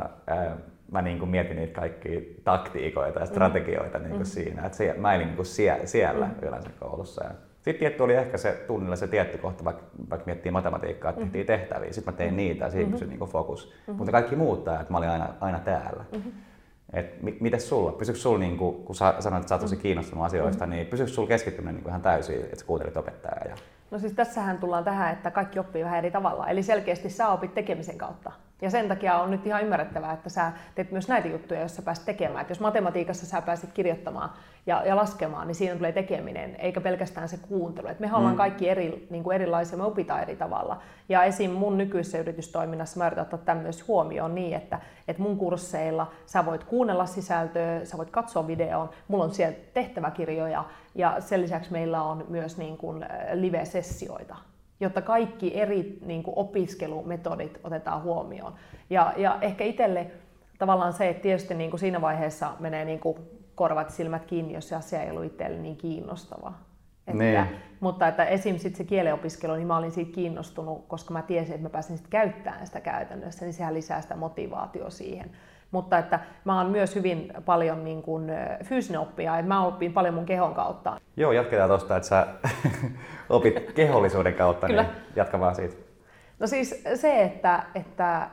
A: mä niinku mietin niitä kaikkia taktiikoita ja strategioita niinku siinä. Et mä elin niinku siellä yleensä koulussa. Sitten tietty oli ehkä se tunnilla se tietty kohta, vaikka miettii matematiikkaa, että tehtiin tehtäviä. Sitten mä tein niitä ja siinä pysyi niinku fokus. Mutta kaikki muut että mä olin aina täällä. Mites sulla? Pysyykö sulla, niinku, kun sä sanoit, että sä oot tosi kiinnostunut asioista, niin pysyykö sulla keskittyminen niinku ihan täysin, että sä kuuntelit opettajaa?
B: No siis tässähän tullaan tähän, että kaikki oppii vähän eri tavalla. Eli selkeästi sä opit tekemisen kautta. Ja sen takia on nyt ihan ymmärrettävää, että sä teet myös näitä juttuja, jos sä pääset tekemään. Et jos matematiikassa sä pääset kirjoittamaan ja laskemaan, niin siinä tulee tekeminen, eikä pelkästään se kuuntelu. Et mehän ollaan kaikki niin erilaisia, me opitaan eri tavalla. Ja esim. Mun nykyisessä yritystoiminnassa mä yritän ottaa tämän myös huomioon niin, että mun kursseilla sä voit kuunnella sisältöä, sä voit katsoa videon, mulla on siellä tehtäväkirjoja ja sen lisäksi meillä on myös niin kuin live-sessioita, jotta kaikki eri niin kuin opiskelumetodit otetaan huomioon. Ja ehkä itselle tavallaan se, että tietysti niin kuin siinä vaiheessa menee niin kuin korvat silmät kiinni, jos se asia ei ollut itselle niin kiinnostava. Mutta että esim. Sit se kielenopiskelu, niin mä olin siitä kiinnostunut, koska mä tiesin, että mä pääsin sit käyttämään sitä käytännössä, niin sehän lisää sitä motivaatiota siihen. Mutta että mä oon myös hyvin paljon niin kuin fyysinen oppija, että mä opin paljon mun kehon kautta.
A: Joo, jatketaan tuosta, että sä opit kehollisuuden kautta, niin jatka vaan siitä.
B: No siis se, että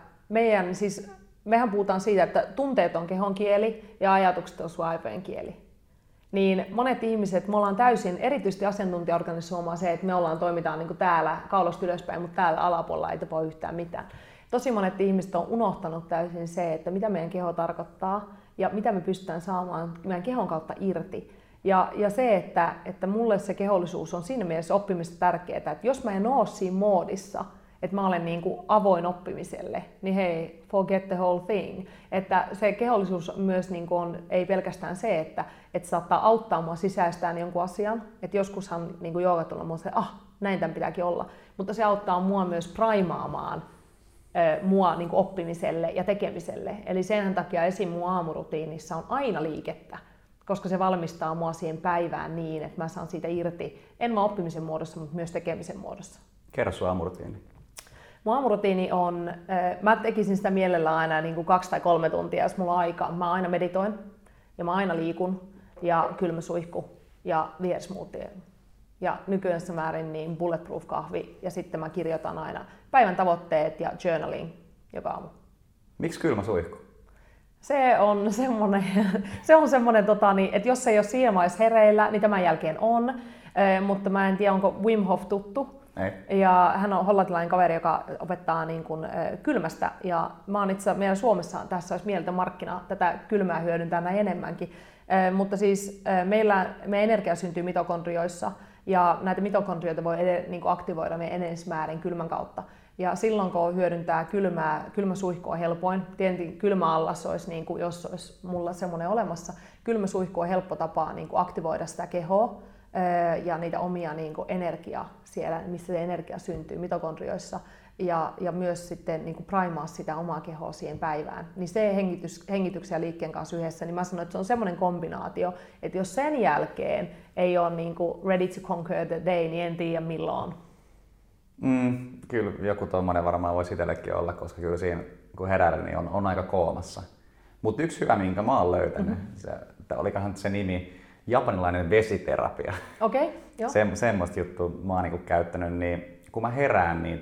B: mehän puhutaan siitä, että tunteet on kehon kieli ja ajatukset on sun aivojen kieli. niin monet ihmiset, me ollaan täysin, erityisesti asiantuntijaorganisaatio huomaa se, että toimitaan niin kuin täällä kaulasta ylöspäin, mutta täällä alapuolella ei tapahdu yhtään mitään. Tosi monet ihmiset on unohtanut täysin se, että mitä meidän keho tarkoittaa ja mitä me pystytään saamaan meidän kehon kautta irti. Ja se, että mulle se kehollisuus on siinä mielessä oppimista tärkeää, että jos mä en ole siinä moodissa, että mä olen niin kuin avoin oppimiselle, niin hei, forget the whole thing. Että se kehollisuus myös niin kuin on, ei pelkästään se, että saattaa auttaa mua sisäistään jonkun asian. Että joskushan niin kuin joogatulla mun se, näin tämän pitääkin olla. Mutta se auttaa mua myös primaamaan mua niin kuin oppimiselle ja tekemiselle. Eli sen takia esim. Mun aamurutiinissa on aina liikettä, koska se valmistaa mua siihen päivään niin, että mä saan siitä irti, en vaan oppimisen muodossa, mutta myös tekemisen muodossa.
A: Kerro sun aamurutiini.
B: Mun aamurutiini on, mä tekisin sitä mielellään aina niin kuin 2 tai 3 tuntia, jos mulla on aikaa. Mä aina meditoin ja mä aina liikun ja kylmä suihku ja vihersmoothie. Ja nykyisessä määrin niin bulletproof kahvi ja sitten mä kirjoitan aina päivän tavoitteet ja journaling joka aamu.
A: Miksi kylmä suihku?
B: Se on semmoinen, että jos ei ole siinä vaiheessa hereillä, niin tämän jälkeen on. Mutta mä en tiedä, onko Wim Hof tuttu.
A: Ei.
B: Ja hän on hollantilainen kaveri, joka opettaa niin kuin kylmästä. Ja mä oon itse asiassa, meillä Suomessa tässä olisi mieltä markkina tätä kylmää hyödyntää näin enemmänkin. Mutta siis meidän energia syntyy mitokondrioissa. Ja näitä mitokondrioita voi niin kuin aktivoida meidän enenesmäärin kylmän kautta. Ja silloin kun hyödyntää kylmä suihku on helpoin. Tietenkin kylmä allas olisi, niin kuin, jos olisi mulla semmoinen olemassa. Kylmä suihku on helppo tapa niin kuin aktivoida sitä kehoa ja niitä omia niin kuin energiaa siellä, missä se energia syntyy mitokondrioissa. Ja myös sitten niin kuin primaa sitä omaa kehoa siihen päivään. Niin se hengityksen ja liikkeen kanssa yhdessä, niin mä sanon, että se on semmoinen kombinaatio, että jos sen jälkeen ei ole niin kuin ready to conquer the day, niin en tiedä milloin.
A: Kyllä joku tommoinen varmaan voisi itsellekin olla, koska kyllä siinä kun heräilee, niin on aika koomassa. Mutta yksi hyvä, minkä mä oon löytänyt, olikohan se nimi, japanilainen vesiterapia.
B: Okei, joo.
A: Semmoista juttua mä oon niinku käyttänyt, niin kun mä herään, niin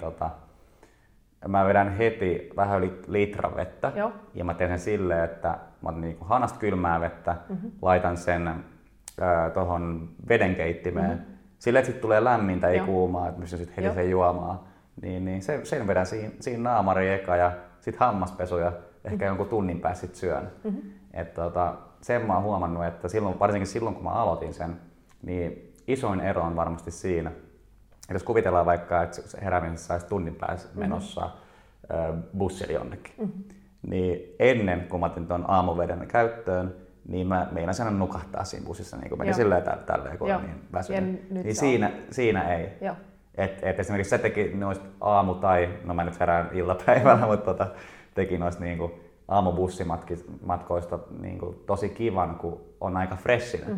A: mä vedän heti vähän yli litran vettä.
B: Joo.
A: Ja mä teen sen silleen, että mä otan niinku hanasta kylmää vettä, laitan sen tohon vedenkeittimeen. Silleen, että sit tulee lämmintä, ei kuumaa, että pystyn sit heti sen juomaan. Niin sen vedän siinä naamari eka ja sit hammaspesu ja ehkä jonkun tunnin päästä sit syön. Sen mä oon huomannut, että varsinkin silloin kun mä aloitin sen, niin isoin ero on varmasti siinä, että jos kuvitellaan vaikka, että heräämisessä saisi tunnin päässä menossa bussilla jonnekin, niin ennen kuin mä otin tuon aamuveden käyttöön, niin mä meinasin aina nukahtaa siinä bussissa, niin kun meni silleen tälleen, kun on niin väsynyt. Niin siinä ei. Et esimerkiksi se teki noista no mä nyt herään iltapäivällä, mutta teki noista niinku aamubussimatkoista niinku tosi kivan, kun on aika freshinen.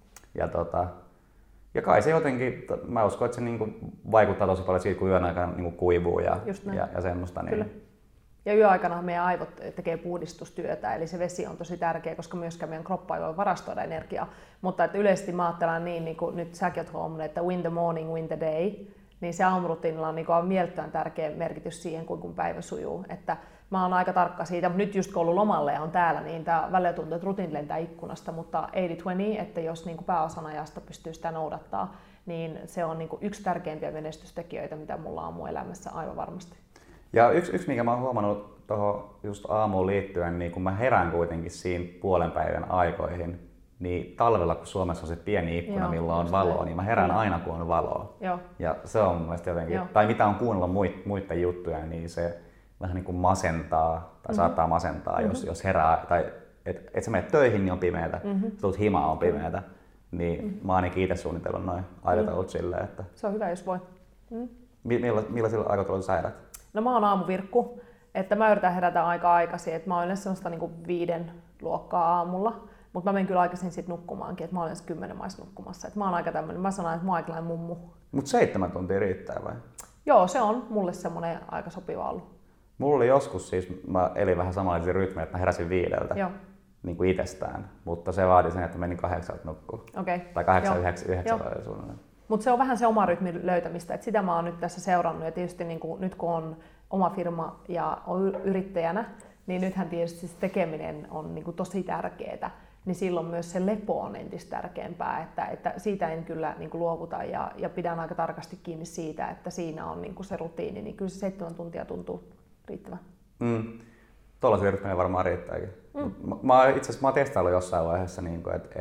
A: Ja kai se jotenkin, mä uskon, että se niinku vaikuttaa tosi paljon siitä, kun yön aikana niinku kuivuu ja semmoista.
B: Kyllä. Ja yöaikana meidän aivot tekee puhdistustyötä, eli se vesi on tosi tärkeä, koska myöskään meidän kroppa ei voi varastoida energiaa. Mutta että yleisesti mä ajattelen niin kuin nyt säkin oot huomannut, että win the morning, win the day, niin se aamurutiinilla on, niin kuin, on mielettömän tärkeä merkitys siihen, kun päivä sujuu. Että mä oon aika tarkka siitä, mutta nyt just kun ollut lomalle ja on täällä, niin tää välillä tuntuu, että rutiini lentää ikkunasta, mutta 80-20, että jos niin kuin pääosan ajasta pystyy sitä noudattaa, niin se on niin kuin yksi tärkeimpiä menestystekijöitä, mitä mulla on mun elämässä aivan varmasti.
A: Ja yksi minkä mä oon huomannut tuohon just aamuun liittyen, niin kun mä herään kuitenkin siinä puolen päivän aikoihin, niin talvella kun Suomessa on se pieni ikkuna, milloin on valoa, niin mä herään aina kun on valoa. Ja se on mun mielestä jotenkin, tai mitä on kuunnellut muiden juttuja, niin se vähän niin kuin masentaa, tai saattaa masentaa, jos herää, tai et sä menet töihin, niin on pimeätä, sä tulet himaan, on pimeätä. Niin mä oon ainakin itse suunnitellut noin aikataulut silleen, että...
B: Se on hyvä, jos voi.
A: Millaisilla aikatauluilla sä herät?
B: No mä oon aamuvirkku, että mä yritän herätä aika aikaisin, että mä oon yleensä sellaista niin kuin 5 luokkaa aamulla, mutta mä menen kyllä aikaisin sit nukkumaankin, että mä olen 10 maissa nukkumassa. Että mä oon aika tämmönen, mä sanon, että mä oon aikalainen mummu.
A: Mut 7 tuntia riittää vai?
B: Joo, se on mulle semmonen aika sopiva ollut.
A: Mulla oli joskus siis, mä elin vähän samanlaisia rytmiä, että mä heräsin 5 niin kuin itsestään, mutta se vaati sen, että menin 8 nukkuun.
B: Okay.
A: Tai 8-9 suunnilleen.
B: Mutta se on vähän se oma rytmin löytämistä, että sitä mä oon nyt tässä seurannut ja tietysti niin kun, nyt kun on oma firma ja on yrittäjänä, niin nythän tietysti se tekeminen on niin kuin tosi tärkeää. niin silloin myös se lepo on entistä tärkeämpää, että siitä en kyllä niin kuin luovuta ja pidän aika tarkasti kiinni siitä, että siinä on niin kuin se rutiini, niin kyllä se 7 tuntia tuntuu riittävän.
A: Tuollaisia rytmejä varmaan riittääkin. Mä oon testaillut jossain vaiheessa, niin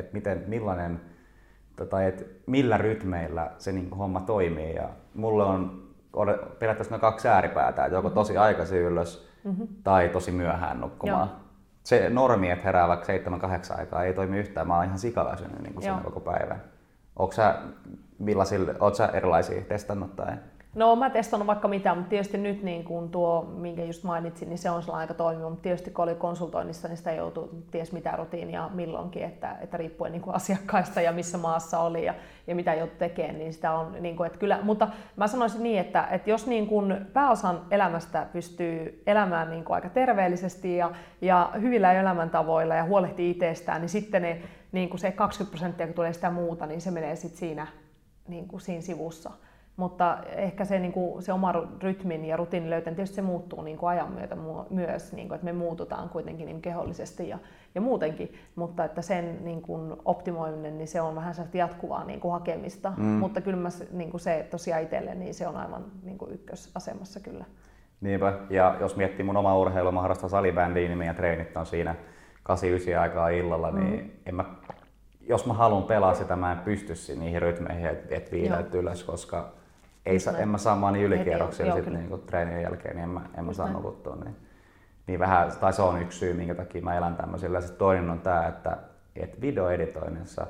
A: millä rytmeillä se niin kuin homma toimii. Ja mulle on periaatteessa 2 ääripäätä, että joko tosi aikaisin ylös tai tosi myöhään nukkumaan. Joo. Se normi, että herää vaikka 7-8 aikaa, ei toimi yhtään. Mä oon ihan sikaväsynyt niin kuin koko päivän. Ootko sä erilaisia testannut? Tai?
B: No mä testannut vaikka mitä, mutta tietysti nyt niin kuin tuo, minkä just mainitsin, niin se on sellainen aika toimiva, mutta tietysti kun oli konsultoinnissa, niin sitä joutuu ties mitä rutiinia milloinkin, että riippuen niin kuin asiakkaista ja missä maassa oli ja mitä joutui tekemään, niin sitä on, niin kuin, että kyllä, mutta mä sanoisin niin, että jos niin kuin pääosan elämästä pystyy elämään niin kuin aika terveellisesti ja hyvillä elämäntavoilla ja huolehtii itsestään, niin sitten ne, niin kuin se 20%, kun tulee sitä muuta, niin se menee sitten siinä, niin kuin siinä sivussa. Mutta ehkä se, niin kuin, se oma rytmin ja rutiinin löytäminen, tietysti se muuttuu niin kuin ajan myötä myös, niin kuin, että me muututaan kuitenkin niin kehollisesti ja muutenkin, mutta että sen niin kuin optimoiminen, niin se on vähän sellaista jatkuvaa niin kuin hakemista, mutta kyllä mä, niin kuin se tosiaan itselle, niin se on aivan niin kuin ykkösasemassa kyllä.
A: Niinpä, ja jos miettii mun omaa urheilua, mä harrastan salibändiä, niin meidän treenit on siinä 8-9 aikaa illalla, niin jos mä haluan pelaa sitä, mä en pysty niihin rytmeihin, että viileet ylös, koska en mä saa niin ylikierroksilla niin treenien jälkeen, niin en mä saa nukuttua. Niin vähän, tai se on yksi syy, minkä takia mä elän tämmöisillä. Sitten toinen on tää, että videoeditoinnissa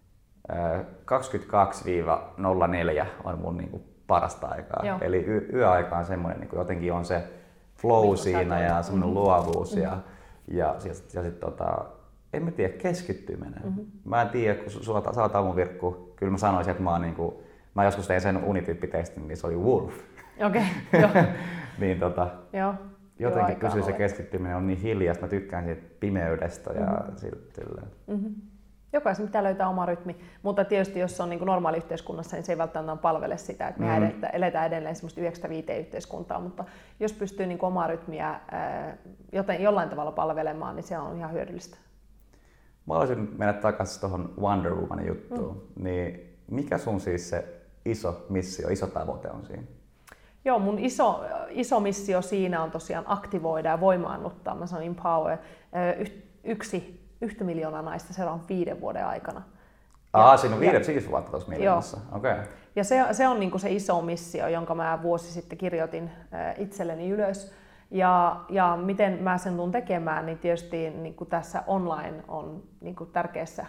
A: 22-04 on mun niin kuin parasta aikaa. Joo. Eli yöaika on semmoinen, niin kuin jotenkin on se flow siinä ja semmoinen luovuus ja sit en mä tiedä, keskittyminen. Mä en tiedä, kun sä oot aamuvirkku, kyllä mä sanoisin, että mä joskus tein sen unityyppitestin, niin se oli Wolf.
B: Okei, joo.
A: Niin jotenkin kyllä se keskittyminen on niin hiljaista, mä tykkään siitä pimeydestä ja silleen.
B: Jokaisen pitää löytää oma rytmi, mutta tietysti jos on niin kuin normaali yhteiskunnassa, niin se ei välttämättä palvele sitä, että me eletään edelleen semmoista 9-5 yhteiskuntaa, mutta jos pystyy niin kuin omaa rytmiä jollain tavalla palvelemaan, niin se on ihan hyödyllistä.
A: Mä haluaisin mennä takaisin tuohon Wonder Womanin juttuun. Niin mikä sun siis se iso missio, iso tavoite on siinä?
B: Joo, mun iso missio siinä on tosiaan aktivoida ja voimaannuttaa, mä sanon empower, 1 miljoonaa naista seuraavan 5 vuoden aikana.
A: Siinä on 5 vuotta tuossa miljoonassa. Okay.
B: Ja se on niinku se iso missio, jonka mä vuosi sitten kirjoitin itselleni ylös. Ja miten mä sen tuun tekemään, niin tietysti niin kuin tässä online on niin kuin tärkeässä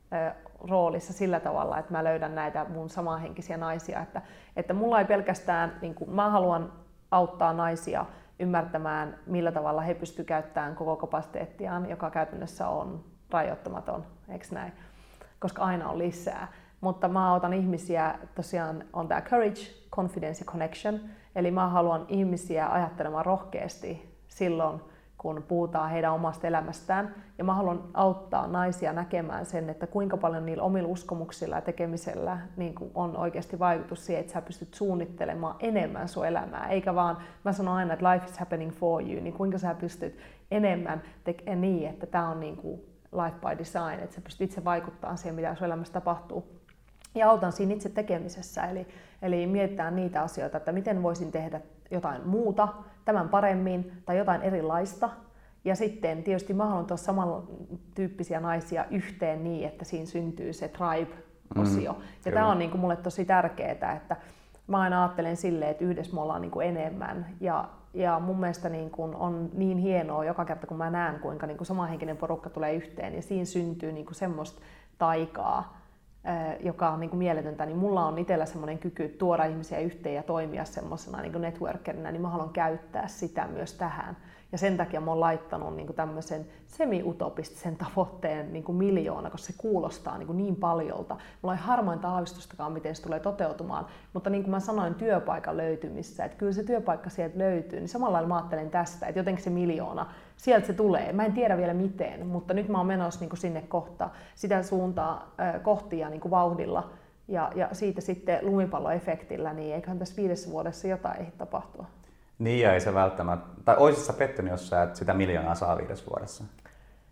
B: roolissa sillä tavalla, että mä löydän näitä mun samanhenkisiä naisia. Että mulla ei pelkästään, niin kuin, mä haluan auttaa naisia ymmärtämään, millä tavalla he pystyvät käyttämään koko kapasiteettiaan, joka käytännössä on rajoittamaton, eikö näin? Koska aina on lisää. Mutta mä autan ihmisiä, tosiaan on tämä courage, confidence ja connection. Eli mä haluan ihmisiä ajattelemaan rohkeasti silloin, kun puhutaan heidän omasta elämästään. Ja mä haluan auttaa naisia näkemään sen, että kuinka paljon niillä omilla uskomuksilla ja tekemisellä niin on oikeasti vaikutus siihen, että sä pystyt suunnittelemaan enemmän sun elämää. Eikä vaan, mä sanon aina, että life is happening for you, niin kuinka sä pystyt enemmän tekemään niin, että tää on niin kuin life by design, että sä pystyt itse vaikuttamaan siihen, mitä sun elämässä tapahtuu. Ja autan siinä itse tekemisessä, eli mietitään niitä asioita, että miten voisin tehdä jotain muuta, tämän paremmin tai jotain erilaista. Ja sitten tietysti mä haluan tuossa samantyyppisiä naisia yhteen niin, että siinä syntyy se tribe-osio. Ja tämä on niin kuin mulle tosi tärkeää, että mä aina ajattelen silleen, että yhdessä me ollaan niin kuin enemmän. Ja mun mielestä niin kuin on niin hienoa joka kerta, kun mä näen, kuinka niin kuin samanhenkinen porukka tulee yhteen ja siinä syntyy niin kuin semmoista taikaa, joka on niin kuin mieletöntä, niin mulla on itsellä semmoinen kyky tuoda ihmisiä yhteen ja toimia semmoisena niin kuin networkerina, niin mä haluan käyttää sitä myös tähän. Ja sen takia mä oon laittanut niin kuin tämmöisen semi-utopistisen tavoitteen niin kuin 1 miljoona, koska se kuulostaa niin paljolta. Mulla ei harmointa aavistustakaan, miten se tulee toteutumaan, mutta niin kuin mä sanoin työpaikan löytymissä, että kyllä se työpaikka sieltä löytyy, niin samalla lailla mä ajattelen tästä, että jotenkin se 1 miljoona, sieltä se tulee. Mä en tiedä vielä miten, mutta nyt mä oon menossa niin kuin sinne sitä suuntaa kohti ja niin kuin vauhdilla. Ja siitä sitten lumipalloefektillä, niin eiköhän tässä 5 vuodessa jotain ehdi tapahtua.
A: Niin ja ei se välttämättä, tai oisit sä pettynyt, jos sä et sitä 1 miljoonaa saa 5 vuodessa?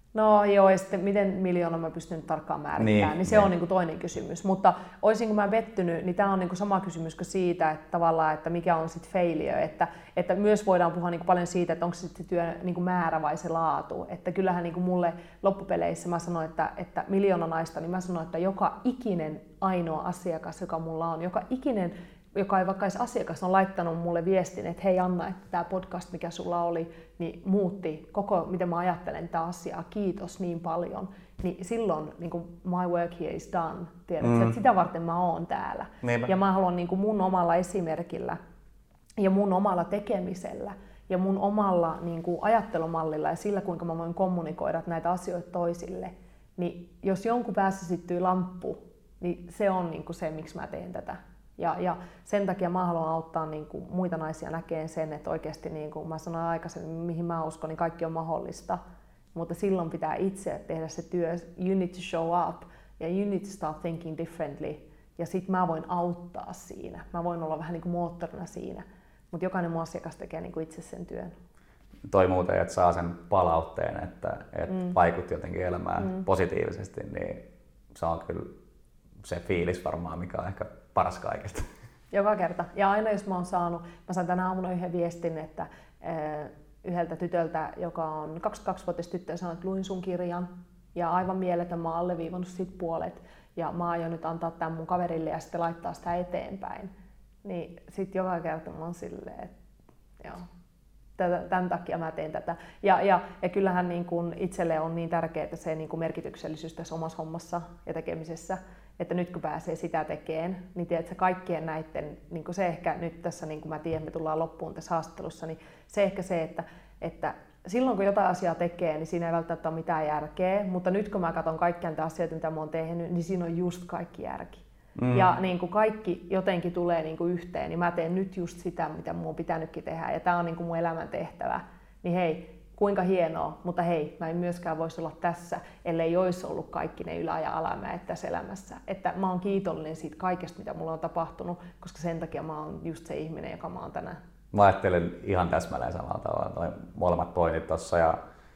B: No joo, ja sitten miten miljoona mä pystyn tarkkaan määrittämään, niin se on niin kuin toinen kysymys. Mutta olisinko mä vettynyt, niin tämä on niin kuin sama kysymys kuin siitä, että tavallaan, että mikä on sitten failure. Että myös voidaan puhua niin kuin paljon siitä, että onko se sitten työn niin kuin määrä vai se laatu. Että kyllähän niin kuin mulle loppupeleissä mä sanoin, että 1 000 000 naista, niin mä sanoin, että joka ikinen ainoa asiakas, joka mulla on, joka ikinen, joka ei vaikka edes asiakas, on laittanut mulle viestin, että hei Anna, että tämä podcast, mikä sulla oli, niin muutti koko, miten mä ajattelen tätä asiaa, kiitos niin paljon. Niin silloin niin kuin my work here is done, tiedätkö, että sitä varten mä oon täällä.
A: Niinpä.
B: Ja mä haluan niin kuin mun omalla esimerkillä ja mun omalla tekemisellä ja mun omalla niin kuin ajattelumallilla ja sillä, kuinka mä voin kommunikoida näitä asioita toisille, niin jos jonkun päässä syttyy lamppu, niin se on niin kuin se, miksi mä teen tätä. Ja sen takia mä haluan auttaa niin kuin muita naisia näkemään sen, että oikeasti niin kuin mä sanoin aikaisemmin, mihin mä uskon, niin kaikki on mahdollista. Mutta silloin pitää itse tehdä se työ. You need to show up ja you need to start thinking differently. Ja sit mä voin auttaa siinä. Mä voin olla vähän niin kuin moottorina siinä. Mutta jokainen mun asiakas tekee niin kuin itse sen työn.
A: Toi muuten, että saa sen palautteen, että vaikutti jotenkin elämään positiivisesti, niin se on kyllä se fiilis varmaan, mikä on ehkä paras kaikesta.
B: Joka kerta. Ja aina jos mä sain tänä aamuna yhden viestin, että yhdeltä tytöltä, joka on 22-vuotias tyttö, sanoi, että luin sun kirjan ja aivan mieletön, mä oon alleviivannut siitä puolet ja mä aion nyt antaa tämän mun kaverille ja sitten laittaa sitä eteenpäin. Niin sit joka kerta mä oon silleen, että joo. Tämän takia mä teen tätä. Ja kyllähän niin kun itselle on niin tärkeää se niin kun merkityksellisyys tässä omassa hommassa ja tekemisessä, että nyt kun pääsee sitä tekemään, niin tiedätkö, kaikkien näiden, niin se ehkä nyt tässä, niin kuin mä tiedän, me tullaan loppuun tässä haastattelussa, niin se ehkä se, että silloin kun jotain asiaa tekee, niin siinä ei välttämättä ole mitään järkeä, mutta nyt kun mä katson kaikkia niitä asioita, mitä mä oon tehnyt, niin siinä on just kaikki järki. Ja niin kuin kaikki jotenkin tulee niin kuin yhteen, niin mä teen nyt just sitä, mitä mun on pitänytkin tehdä, ja tää on niin kuin mun elämän tehtävä. Niin hei, kuinka hienoa, mutta hei, mä en myöskään voisi olla tässä, ellei olisi ollut kaikki ne ylä- ja alamäet tässä elämässä. Että mä oon kiitollinen siitä kaikesta, mitä mulla on tapahtunut, koska sen takia mä oon just se ihminen, joka mä oon tänään.
A: Mä ajattelen ihan täsmälleen samalla tavalla toi molemmat pointit tossa. Ja,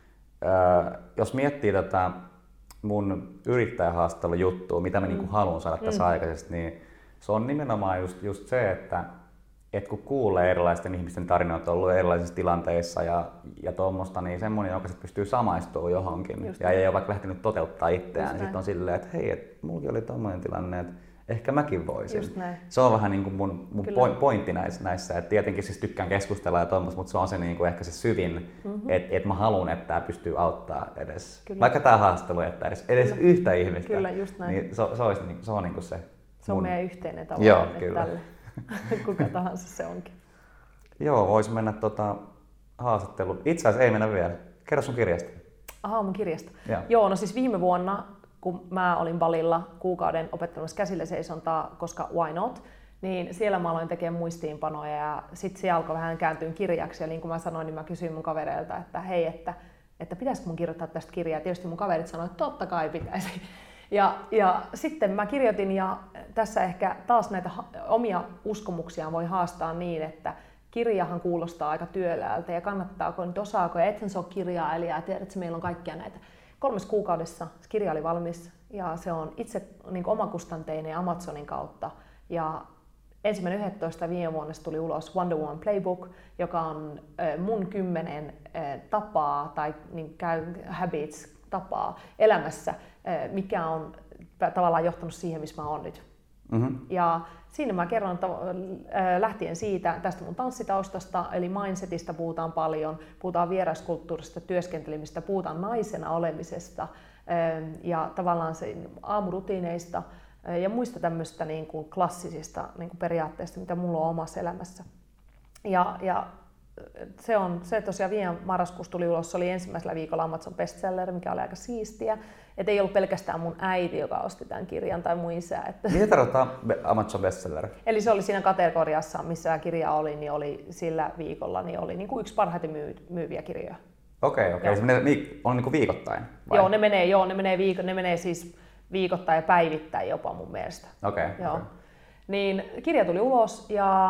A: jos miettii tätä mun yrittäjähaastattelujuttua, mitä mä niinku haluan saada tässä aikaisesti, niin se on nimenomaan just se, että kun kuulee erilaisten ihmisten tarinoita, on ollut erilaisissa tilanteissa ja tuommoista, niin semmoinen, joka pystyy samaistumaan johonkin ja ei ole vaikka lähtenyt toteuttaa itseään, niin sitten on silleen, että hei, että mullakin oli tommoinen tilanne, että ehkä mäkin voisin. Se on vähän niin kuin mun pointti näissä, että tietenkin siis tykkään keskustella ja tuommoista, mutta se on se niin kuin ehkä se syvin, että mä haluan, että tämä pystyy auttaa edes, vaikka tämä haastattelu, että edes yhtä ihmistä.
B: Kyllä, just näin.
A: Niin se on niin kuin se.
B: Se on meidän yhteinen tavoite tälle. Kuka tahansa se onkin.
A: Joo, vois mennä haastatteluun. Itse asiassa ei mennä vielä. Kerro sun kirjasta.
B: Aha, mun kirjasta. Joo, no siis viime vuonna, kun mä olin Balilla kuukauden opettelemassa käsillä seisontaa, koska why not, niin siellä mä aloin tekemään muistiinpanoja ja sitten se alkoi vähän kääntyä kirjaksi. Ja niin kuin mä sanoin, niin mä kysyin mun kavereilta, että hei, että pitäisikö mun kirjoittaa tästä kirjaa. Tietysti mun kaverit sanoivat, että totta kai pitäisi. Ja sitten mä kirjoitin, ja tässä ehkä taas näitä omia uskomuksia voi haastaa niin, että kirjahan kuulostaa aika työläältä ja kannattaako nyt osaako ja ethän se ole kirjailija ja tiedät, että meillä on kaikkia näitä. 3 kuukaudessa se kirja oli valmis ja se on itse niin omakustanteinen Amazonin kautta. Ja 1.11. viime vuonna tuli ulos Wonder Woman Playbook, joka on mun 10 tapaa tai niin habits tapaa elämässä, mikä on tavallaan johtanut siihen, missä mä oon nyt. Ja siinä mä kerron lähtien siitä, tästä mun tanssitaustasta, eli mindsetistä puhutaan paljon, puhutaan vieraskulttuurista, työskentelemistä, puhutaan naisena olemisesta ja tavallaan se aamurutiineista ja muista tämmöistä niin kuin klassisista niin kuin periaatteista, mitä mulla on omassa elämässä. Ja se tosiaan viime marraskuussa tuli ulos, se oli ensimmäisellä viikolla Amazon bestseller, mikä oli aika siistiä. Et ei ollut pelkästään mun äiti, joka osti tämän kirjan, tai mun isä.
A: Mitä tarkoittaa Amazon bestseller?
B: Eli se oli siinä kategoriassa, missä kirja oli, niin oli sillä viikolla niin oli niin kuin yksi parhaiten myyviä kirjoja.
A: Okei. Se on niin kuin viikoittain? Vai?
B: Joo, ne menee siis viikoittain ja päivittäin jopa mun mielestä.
A: Okei.
B: Niin kirja tuli ulos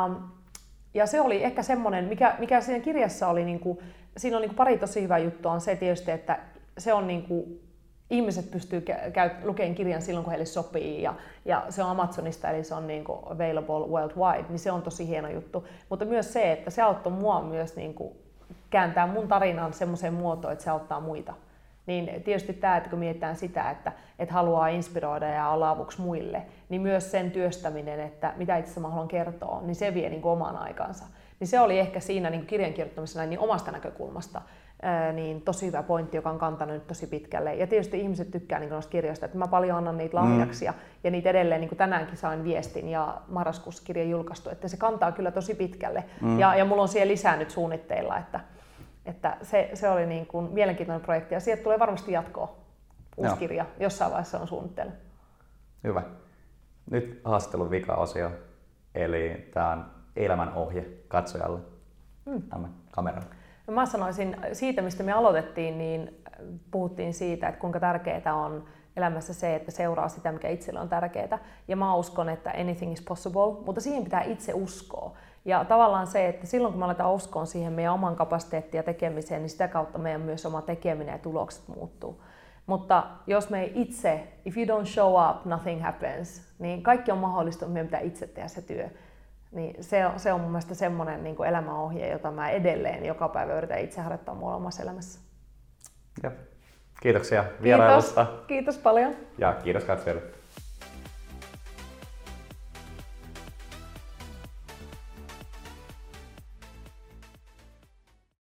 B: ja se oli ehkä semmoinen, mikä siinä kirjassa oli, siinä on pari tosi hyvää juttua, on se tietysti, että se on niin kuin, ihmiset pystyy lukemaan kirjan silloin, kun heille sopii, ja se on Amazonista, eli se on niin kuin available worldwide, niin se on tosi hieno juttu. Mutta myös se, että se auttoi mua myös niin kuin kääntää mun tarinan semmoiseen muotoon, että se auttaa muita. Niin tietysti tämä, että kun mietitään sitä, että haluaa inspiroida ja olla avuksi muille, niin myös sen työstäminen, että mitä itse mä haluan kertoa, niin se vie niin kuin oman aikansa. Niin se oli ehkä siinä niin kuin kirjan kirjoittamisessa niin omasta näkökulmasta niin tosi hyvä pointti, joka on kantanut nyt tosi pitkälle. Ja tietysti ihmiset tykkää niin noista kirjoista, että mä paljon annan niitä lahjaksi ja niitä edelleen, niin kuin tänäänkin sain viestin ja marraskuussa kirja julkaistu, että se kantaa kyllä tosi pitkälle. Ja mulla on siellä lisää nyt suunnitteilla, että se oli niin kuin mielenkiintoinen projekti ja sieltä tulee varmasti jatkoa. Uusi kirja jossain vaiheessa on suunnittelu.
A: Hyvä. Nyt haastattelun vika-osio, eli tämä on elämän ohje katsojalle. Kameralla.
B: No mä sanoisin siitä, mistä me aloitettiin, niin puhuttiin siitä, että kuinka tärkeää on elämässä se, että seuraa sitä, mikä itselle on tärkeää. Ja mä uskon, että anything is possible, mutta siihen pitää itse uskoa. Ja tavallaan se, että silloin kun me aletaan uskoa siihen meidän oman kapasiteettiin ja tekemiseen, niin sitä kautta meidän myös oma tekeminen ja tulokset muuttuu. Mutta jos me itse, if you don't show up, nothing happens, niin kaikki on mahdollista, mutta meidän pitää itse tehdä se työ. Niin se on mun mielestä semmoinen niin kuin elämänohje, jota mä edelleen joka päivä yritän itse harjoittaa mun omassa elämässä.
A: Ja. Kiitoksia vierailusta.
B: Kiitos paljon.
A: Ja kiitos katsojille.